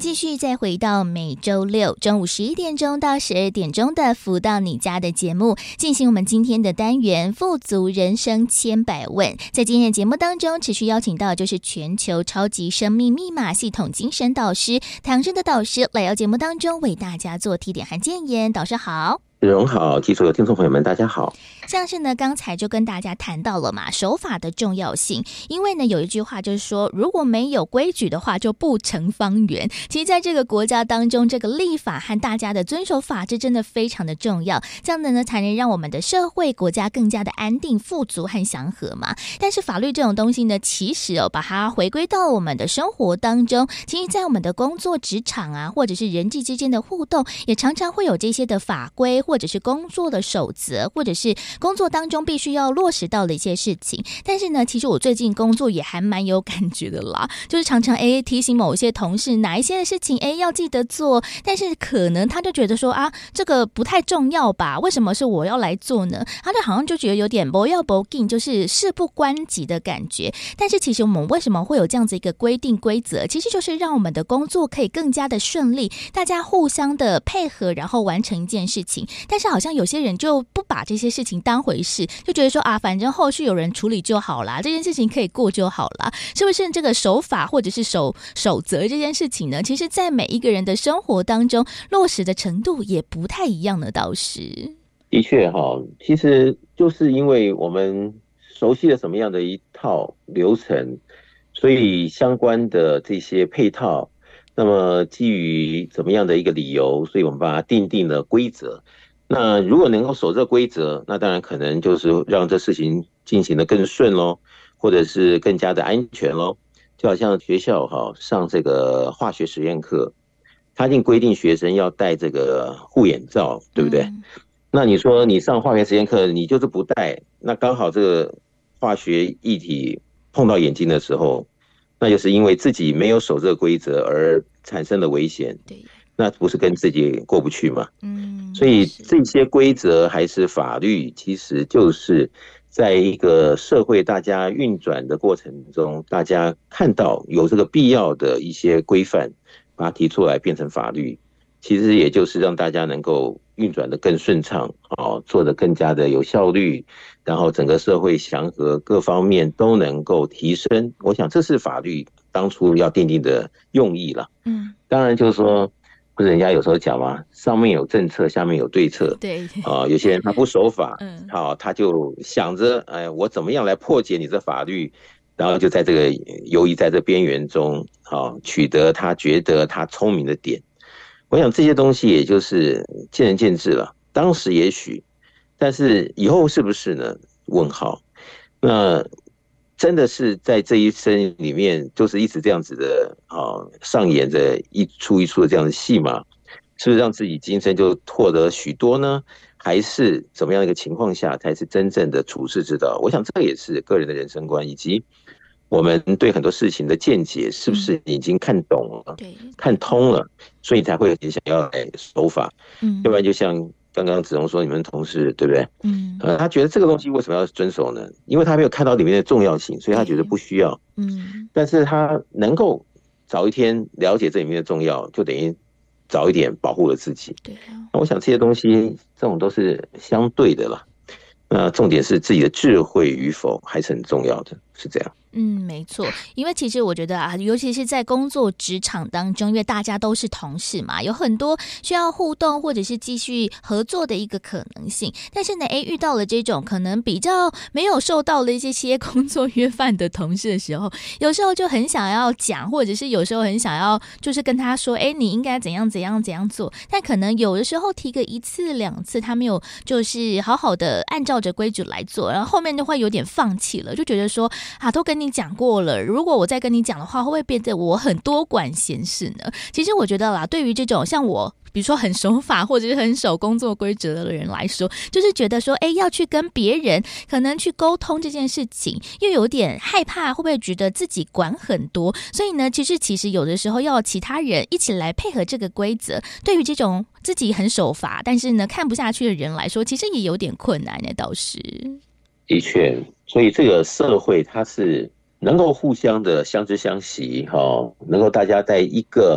继续再回到每周六中午十一点钟到十二点钟的福到你家的节目，进行我们今天的单元富足人生千百问。在今天的节目当中，持续邀请到就是全球超级生命密码系统精神导师唐生的导师来到节目当中为大家做提点和建言。导师好。 子荣好，及所有听众朋友们大家好。 像是呢刚才就跟大家谈到了嘛，守法的重要性，因为呢有一句话就是说，如果没有规矩的话就不成方圆。其实在这个国家当中，这个立法和大家的遵守法治真的非常的重要，这样的呢才能让我们的社会国家更加的安定富足和祥和嘛。但是法律这种东西呢，其实哦把它回归到我们的生活当中，其实在我们的工作职场啊，或者是人际之间的互动，也常常会有这些的法规，或者是工作的守则，或者是工作当中必须要落实到的一些事情。但是呢其实我最近工作也还蛮有感觉的啦，就是常常诶提醒某一些同事哪一些的事情诶要记得做，但是可能他就觉得说啊这个不太重要吧，为什么是我要来做呢？他就好像就觉得有点不要不紧，就是事不关己的感觉。但是其实我们为什么会有这样子一个规定规则，其实就是让我们的工作可以更加的顺利，大家互相的配合，然后完成一件事情。但是好像有些人就不把这些事情当回事，就觉得说啊反正后续有人处理就好啦，这件事情可以过就好啦。是不是这个守法或者是守守则这件事情呢，其实在每一个人的生活当中落实的程度也不太一样的。倒是的确哈，其实就是因为我们熟悉了什么样的一套流程，所以相关的这些配套，那么基于怎么样的一个理由，所以我们把它定定了规则。那如果能够守这规则，那当然可能就是让这事情进行得更顺咯，或者是更加的安全咯。就好像学校哈上这个化学实验课，他一定规定学生要戴这个护眼罩，对不对？嗯、那你说你上化学实验课，你就是不戴，那刚好这个化学液体碰到眼睛的时候，那就是因为自己没有守这个规则而产生的危险。对。那不是跟自己过不去吗？嗯，所以这些规则还是法律，其实就是在一个社会大家运转的过程中，大家看到有这个必要的一些规范，把它提出来变成法律，其实也就是让大家能够运转的更顺畅，哦，做得更加的有效率，然后整个社会祥和，各方面都能够提升。我想这是法律当初要订定的用意了。嗯，当然就是说。不是人家有时候讲嘛，上面有政策，下面有对策。对啊、呃，有些人他不守法，嗯，好、啊，他就想着，哎，我怎么样来破解你这法律，然后就在这个游移在这边缘中，好、啊，取得他觉得他聪明的点。我想这些东西也就是见仁见智了。当时也许，但是以后是不是呢？问号。那。真的是在这一生里面，就是一直这样子的啊，上演着一出一出的这样的戏码，是不是让自己今生就获得许多呢？还是怎么样一个情况下才是真正的处世之道？我想这也是个人的人生观，以及我们对很多事情的见解，是不是已经看懂了、嗯、看通了，所以才会很想要来守法。嗯，要不然就像。刚刚子荣说你们同事对不对？嗯，呃，他觉得这个东西为什么要遵守呢？因为他没有看到里面的重要性，所以他觉得不需要。嗯，但是他能够早一天了解这里面的重要，就等于早一点保护了自己。对啊，那我想这些东西，这种都是相对的啦。那重点是自己的智慧与否还是很重要的，是这样。 嗯，没错，因为其实我觉得啊，尤其是在工作职场当中，因为大家都是同事嘛，有很多需要互动或者是继续合作的一个可能性。但是呢，诶，遇到了这种可能比较没有受到了一些些工作约范的同事的时候，有时候就很想要讲，或者是有时候很想要就是跟他说，诶，你应该怎样怎样怎样做。但可能有的时候提个一次两次，他没有就是好好的按照着规矩来做，然后后面就会有点放弃了，就觉得说啊，都跟你讲过了，如果我再跟你讲的话，会不会变得我很多管闲事呢？其实我觉得啦，对于这种像我比如说很守法或者是很守工作规则的人来说，就是觉得说哎，要去跟别人可能去沟通这件事情，又有点害怕会不会觉得自己管很多，所以呢其实其实有的时候要其他人一起来配合这个规则，对于这种自己很守法但是呢看不下去的人来说，其实也有点困难呢。倒是的确，所以这个社会它是能够互相的相知相惜，能够大家在一个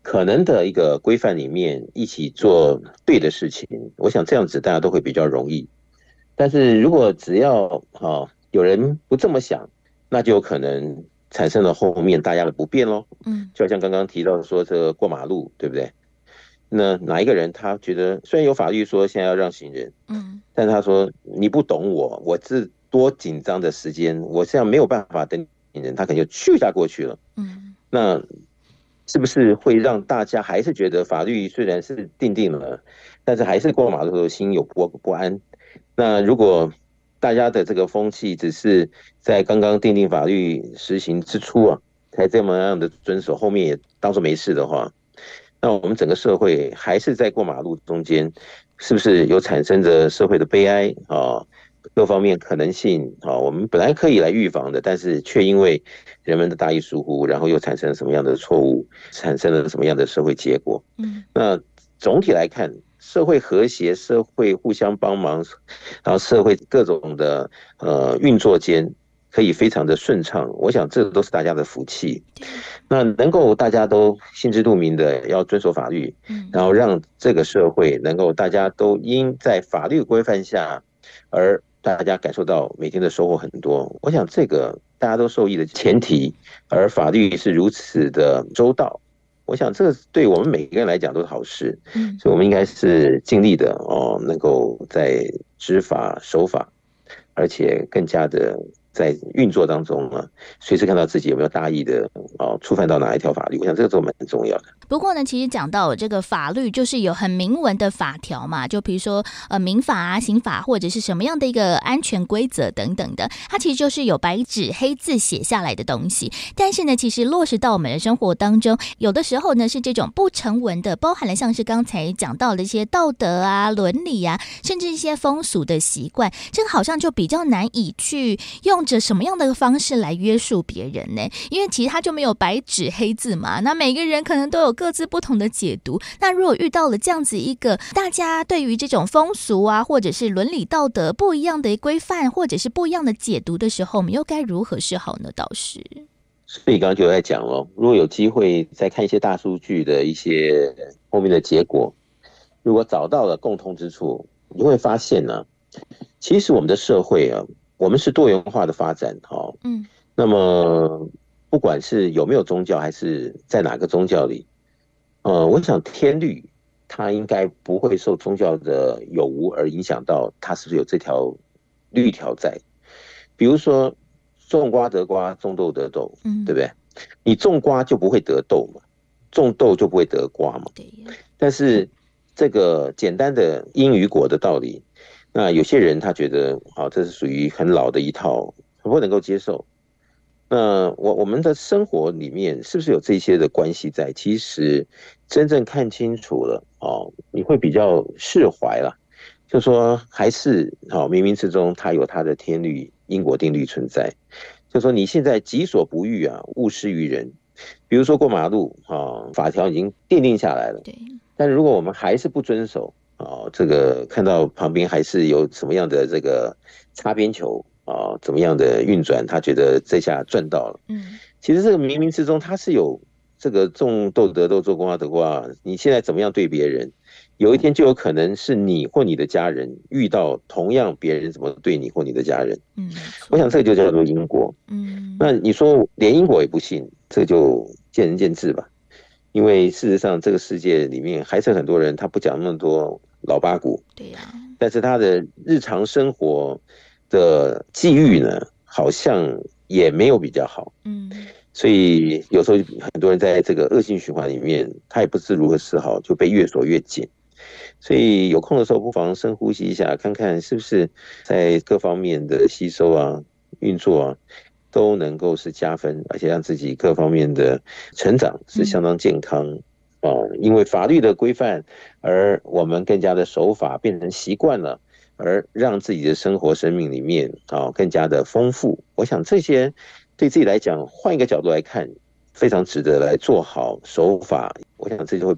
可能的一个规范里面一起做对的事情，我想这样子大家都会比较容易。但是如果只要、哦、有人不这么想，那就有可能产生了后面大家的不便咯。 嗯， 就好像刚刚提到说这个过马路，对不对？那哪一个人他觉得虽然有法律说现在要让行人，嗯，但是他说你不懂我，我是多紧张的时间，我现在没有办法等行人，他可能就咻一下过去了。嗯，那是不是会让大家还是觉得法律虽然是定定了，但是还是过马路的时候心有不不安？那如果大家的这个风气只是在刚刚订定法律实行之初啊，才这么样的遵守，后面也当作没事的话，那我们整个社会还是在过马路中间，是不是有产生着社会的悲哀啊？各方面可能性啊，我们本来可以来预防的，但是却因为人们的大意疏忽，然后又产生了什么样的错误，产生了什么样的社会结果？嗯，那总体来看，社会和谐，社会互相帮忙，然后社会各种的呃运作间可以非常的顺畅，我想这都是大家的福气。那能够大家都心知肚明的要遵守法律，然后让这个社会能够大家都因在法律规范下，而大家感受到每天的收获很多，我想这个大家都受益的前提，而法律是如此的周到，我想这个对我们每个人来讲都是好事。嗯，所以我们应该是尽力的哦，能够在知法守法，而且更加的在运作当中呢，随时看到自己有没有大意的哦触犯到哪一条法律，我想这个都蛮重要的。 不过呢，其实讲到这个法律，就是有很明文的法条嘛，就比如说呃民法啊、刑法，或者是什么样的一个安全规则等等的，它其实就是有白纸黑字写下来的东西。但是呢，其实落实到我们的生活当中，有的时候呢是这种不成文的，包含了像是刚才讲到的一些道德啊、伦理啊，甚至一些风俗的习惯，这个好像就比较难以去用着什么样的方式来约束别人呢？因为其实它就没有白纸黑字嘛，那每个人可能都有各自不同的解读。那如果遇到了这样子一个大家对于这种风俗啊，或者是伦理道德不一样的规范，或者是不一样的解读的时候，我们又该如何是好呢？导师， 所以刚刚就在讲了，如果有机会再看一些大数据的一些后面的结果，如果找到了共通之处，你会发现呢，其实我们的社会啊，我们是多元化的发展哈。嗯，那么不管是有没有宗教，还是在哪个宗教里，呃，我想天律它应该不会受宗教的有无而影响到它是不是有这条律条在。比如说种瓜得瓜，种豆得豆，嗯，对不对？你种瓜就不会得豆嘛，种豆就不会得瓜嘛。对。但是这个简单的因与果的道理，那有些人他觉得啊，这是属于很老的一套，不能够接受。那我我们的生活里面是不是有这些的关系在？其实真正看清楚了哦，你会比较释怀了。就说还是好，冥冥之中它有它的天律、因果定律存在。就说你现在己所不欲啊，勿施于人。比如说过马路啊，法条已经定定下来了，对。但如果我们还是不遵守啊，这个看到旁边还是有什么样的这个擦边球。啊，怎么样的运转？他觉得这下赚到了。嗯，其实这个冥冥之中，他是有这个种豆得豆，种瓜得瓜。你现在怎么样对别人，有一天就有可能是你或你的家人遇到同样别人怎么对你或你的家人。嗯，我想这个就叫做因果。嗯，那你说连因果也不信，这就见仁见智吧。因为事实上，这个世界里面还是很多人他不讲那么多老八股。对呀、啊，但是他的日常生活的际遇呢，好像也没有比较好，嗯，所以有时候很多人在这个恶性循环里面，他也不知如何是好，就被越锁越紧。所以有空的时候，不妨深呼吸一下，看看是不是在各方面的吸收啊、运作啊，都能够是加分，而且让自己各方面的成长是相当健康。嗯哦，因为法律的规范，而我们更加的守法，变成习惯了。而让自己的生活生命里面啊更加的丰富，我想这些对自己来讲，换一个角度来看，非常值得来做好守法。我想这就会不管。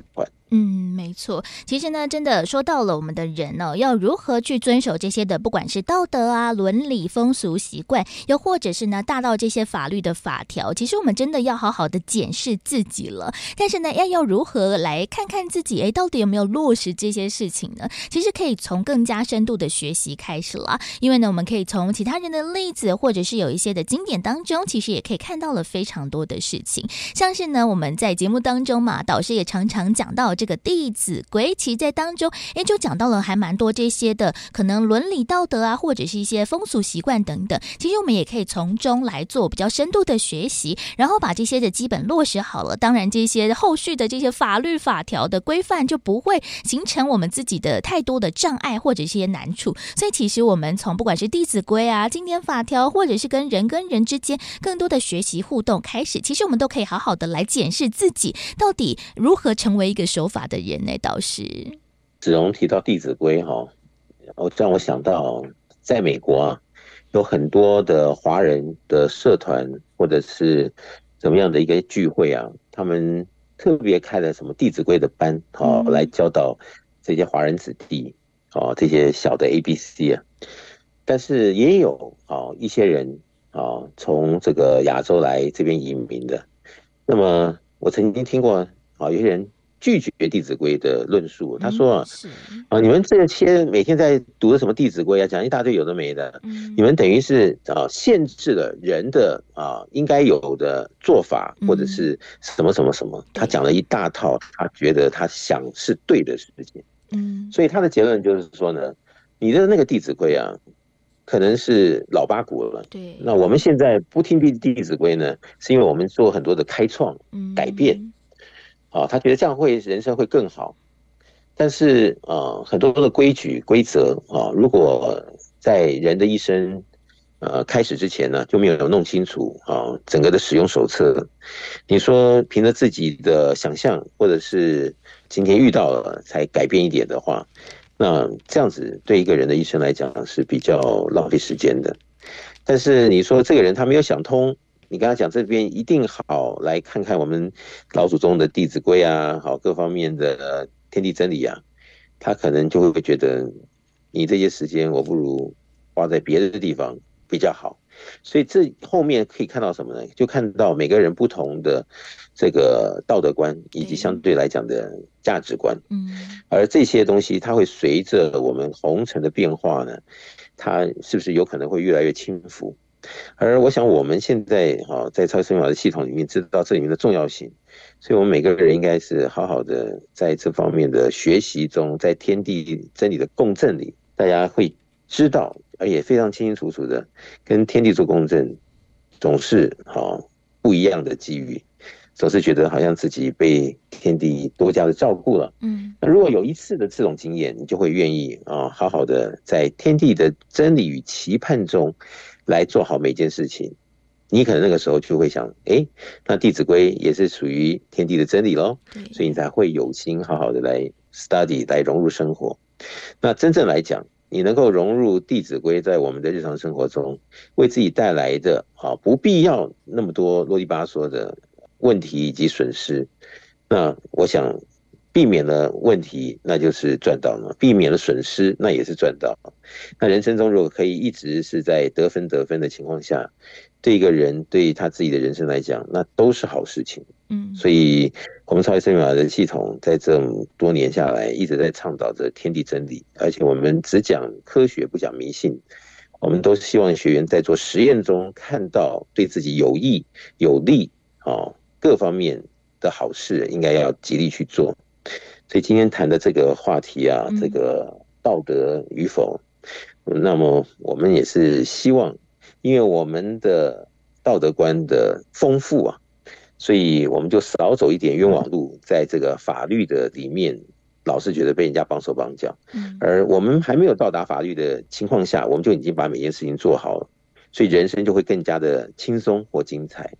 嗯，没错。其实呢，真的说到了我们的人哦，要如何去遵守这些的，不管是道德啊、伦理、风俗习惯，又或者是呢，大到这些法律的法条，其实我们真的要好好的检视自己了。但是呢，要要如何来看看自己，哎，到底有没有落实这些事情呢？其实可以从更加深度的学习开始啦。因为呢，我们可以从其他人的例子，或者是有一些的经典当中，其实也可以看到了非常多的事情。像是呢，我们在节目当中嘛，导师也常常讲到这个《弟子规》，其实在当中，哎，就讲到了还蛮多这些的可能伦理道德啊，或者是一些风俗习惯等等。其实我们也可以从中来做比较深度的学习，然后把这些的基本落实好了。当然，这些后续的这些法律法条的规范就不会形成我们自己的太多的障碍或者是一些难处。所以，其实我们从不管是《弟子规》啊、经典法条，或者是跟人跟人之间更多的学习互动开始，其实我们都可以好好的来检视自己到底如何成为一个守法的人呢？导师子荣提到《弟子规》哈，我让我想到在美国啊，有很多的华人的社团或者是怎么样的一个聚会啊，他们特别开了什么《弟子规》的班啊，来教导这些华人子弟啊，这些小的 A B C 啊。但是也有啊一些人啊从这个亚洲来这边移民的，那么我曾经听过啊有些人拒绝《弟子规》的论述，他说啊，嗯、啊，你们这些每天在读的什么《弟子规》啊，讲一大堆有的没的，嗯、你们等于是啊限制了人的啊应该有的做法，或者是什么什么什么，他讲了一大套，他觉得他想是对的事情，嗯，所以他的结论就是说呢，你的那个《弟子规》啊，可能是老八股了，对，那我们现在不听《弟子规》呢，是因为我们做很多的开创、改变。啊，他觉得这样会人生会更好，但是呃，很多的规矩规则啊，如果在人的一生呃开始之前呢，就没有弄清楚啊，整个的使用手册，你说凭着自己的想象，或者是今天遇到了才改变一点的话，那这样子对一个人的一生来讲是比较浪费时间的。但是你说这个人他没有想通。你跟他讲这边一定好，来看看我们老祖宗的《弟子规》啊，好各方面的天地真理啊，他可能就会觉得你这些时间我不如花在别的地方比较好。所以这后面可以看到什么呢？就看到每个人不同的这个道德观以及相对来讲的价值观，嗯，而这些东西它会随着我们红尘的变化呢，它是不是有可能会越来越轻浮？而我想我们现在在超级生命法的系统里面知道这里面的重要性，所以我们每个人应该是好好的在这方面的学习中，在天地真理的共振里，大家会知道，而也非常清清楚楚的跟天地做共振，总是不一样的机遇，总是觉得好像自己被天地多加的照顾了。嗯，那如果有一次的这种经验，你就会愿意啊，好好的在天地的真理与期盼中来做好每件事情。你可能那个时候就会想，哎，那《弟子规》也是属于天地的真理咯，所以你才会有心好好的来 study 来融入生活。那真正来讲，你能够融入《弟子规》在我们的日常生活中，为自己带来的啊不必要那么多啰里吧嗦的问题以及损失，那我想避免了问题，那就是赚到了；避免了损失，那也是赚到了。那人生中如果可以一直是在得分得分的情况下，对一个人对他自己的人生来讲，那都是好事情。嗯，所以我们超级生命法的系统在这么多年下来，一直在倡导着天地真理，而且我们只讲科学，不讲迷信。我们都希望学员在做实验中看到对自己有益有利哦各方面的好事，应该要极力去做。所以今天谈的这个话题啊，这个道德与否，嗯、那么我们也是希望，因为我们的道德观的丰富啊，所以我们就少走一点冤枉路，在这个法律的里面，老是觉得被人家绑手绑脚，而我们还没有到达法律的情况下，我们就已经把每件事情做好了，所以人生就会更加的轻松或精彩。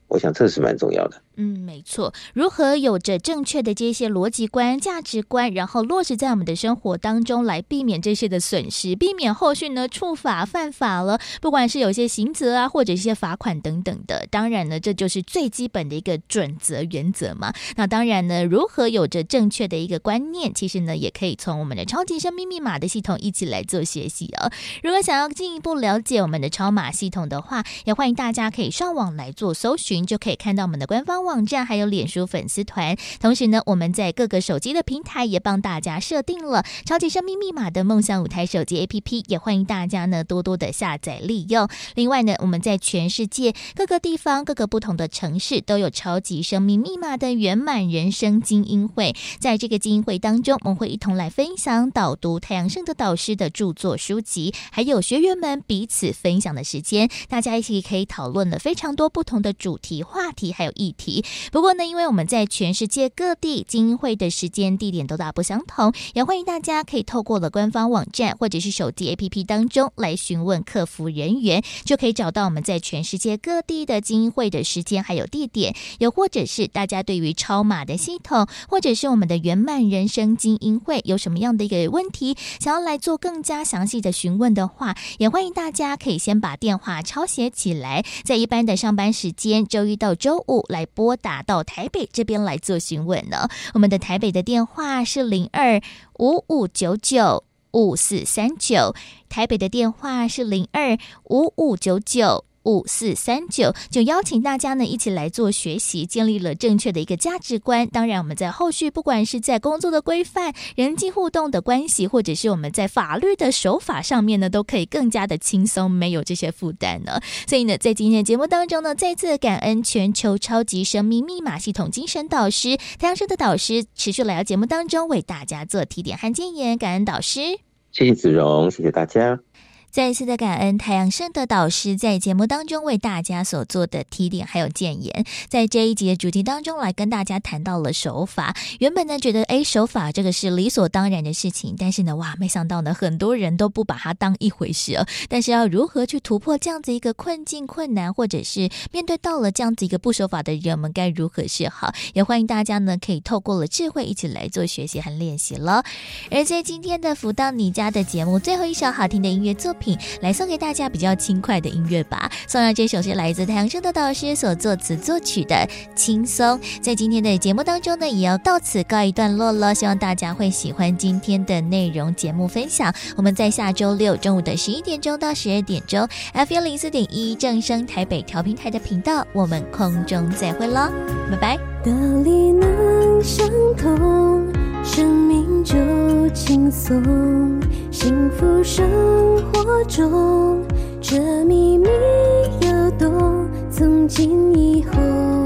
我想这是蛮重要的。 嗯，没错。如何有着正确的这些逻辑观、价值观，然后落实在我们的生活当中，来避免这些的损失，避免后续呢触法犯法了，不管是有些刑责啊，或者一些罚款等等的。当然呢，这就是最基本的一个准则原则嘛。那当然呢，如何有着正确的一个观念，其实呢，也可以从我们的超级生命密码的系统一起来做学习哦。如果想要进一步了解我们的超码系统的话，也欢迎大家可以上网来做搜寻，就可以看到我们的官方网站还有脸书粉丝团。同时呢，我们在各个手机的平台也帮大家设定了超级生命密码的梦想舞台手机 A P P， 也欢迎大家呢多多的下载利用。另外呢，我们在全世界各个地方各个不同的城市都有超级生命密码的圆满人生精英会。在这个精英会当中，我们会一同来分享导读太阳圣德导师的著作书籍，还有学员们彼此分享的时间，大家一起可以讨论了非常多不同的主题话题还有议题。不过呢，因为我们在全世界各地精英会的时间地点都大不相同，也欢迎大家可以透过了官方网站或者是手机 A P P 当中来询问客服人员，就可以找到我们在全世界各地的精英会的时间还有地点。又或者是大家对于超码的系统，或者是我们的圆满人生精英会有什么样的一个问题，想要来做更加详细的询问的话，也欢迎大家可以先把电话抄写起来，在一般的上班时间周一到周五来拨打到台北这边来做询问呢。我们的台北的电话是零二五五九九五四三九，台北的电话是零二五五九九五四三九，就邀请大家呢一起来做学习，建立了正确的一个价值观。当然我们在后续不管是在工作的规范、人际互动的关系，或者是我们在法律的手法上面呢，都可以更加的轻松，没有这些负担呢。所以呢，在今天的节目当中呢，再次感恩全球超级生命密码系统精神导师太阳圣德导师持续来到节目当中为大家做提点和建言，感恩导师。 谢谢子荣，谢谢大家。 再一次的感恩太阳圣德导师在节目当中为大家所做的提点还有建言。在这一集的主题当中来跟大家谈到了守法。原本呢觉得诶守法这个是理所当然的事情，但是呢哇没想到呢很多人都不把它当一回事哦。但是要如何去突破这样子一个困境困难，或者是面对到了这样子一个不守法的人，我们该如何是好，也欢迎大家呢可以透过了智慧一起来做学习和练习了。而在今天的福到你家的节目最后一首好听的音乐作品来送给大家比较轻快的音乐吧。送上这首是来自太阳圣德导师所作词作曲的轻松。在今天的节目当中呢也要到此告一段落了，希望大家会喜欢今天的内容节目分享。我们在下周六中午的十一点钟到十二点钟 F 一零四点一 正声台北调频台的频道，我们空中再会咯，拜拜。 道理能相同，生命就轻松，幸福生活中这秘密要懂，从今以后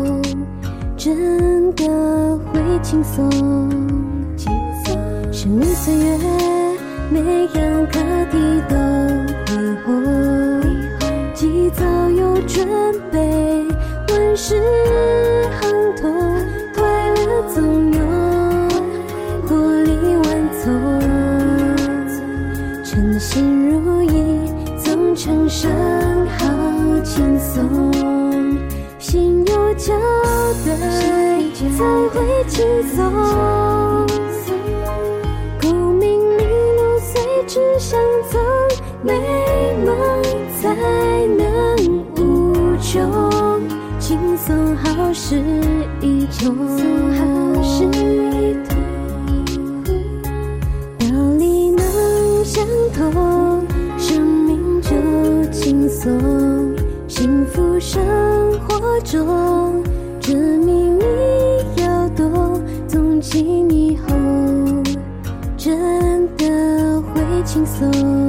真的会轻松。生命岁月每样课题都会红，及早有准备，万事亨通，快乐总有，活力万丛，称心如意，总成生好轻松，心有交代才会轻松，功名利禄随之相踪，美梦才能无穷，轻松好事一通，道理能相同，生命就轻松，幸福生活中这秘密要懂，从今以后真的会轻松。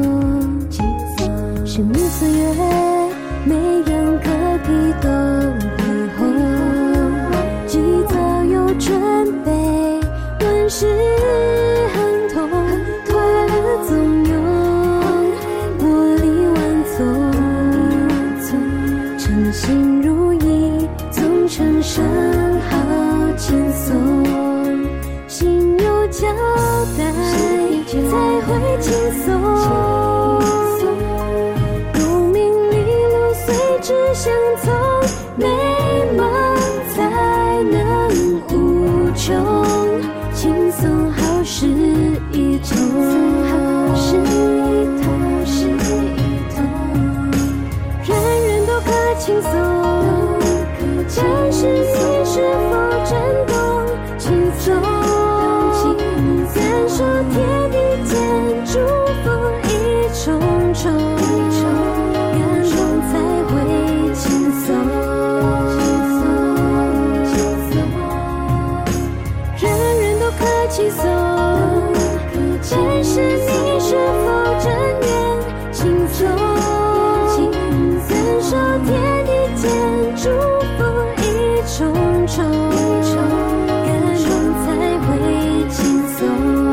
生命岁月每样课题都会红，及早有准备，万事亨通，快乐总有，活力万丛，称心如意，总成生好轻松，心有交代才会轻松，功名利禄随之相从，美梦轻松，但是你是否真懂轻松？感受天地间祝福一重重，感动才会轻松。人人都可轻松，但是你是否真愿轻松？感受天地间祝福一重重，感动才会轻松。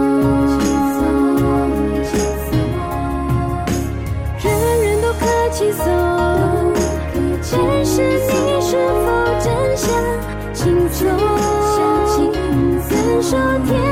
人人都可轻松，但是你是否真想轻松？感受天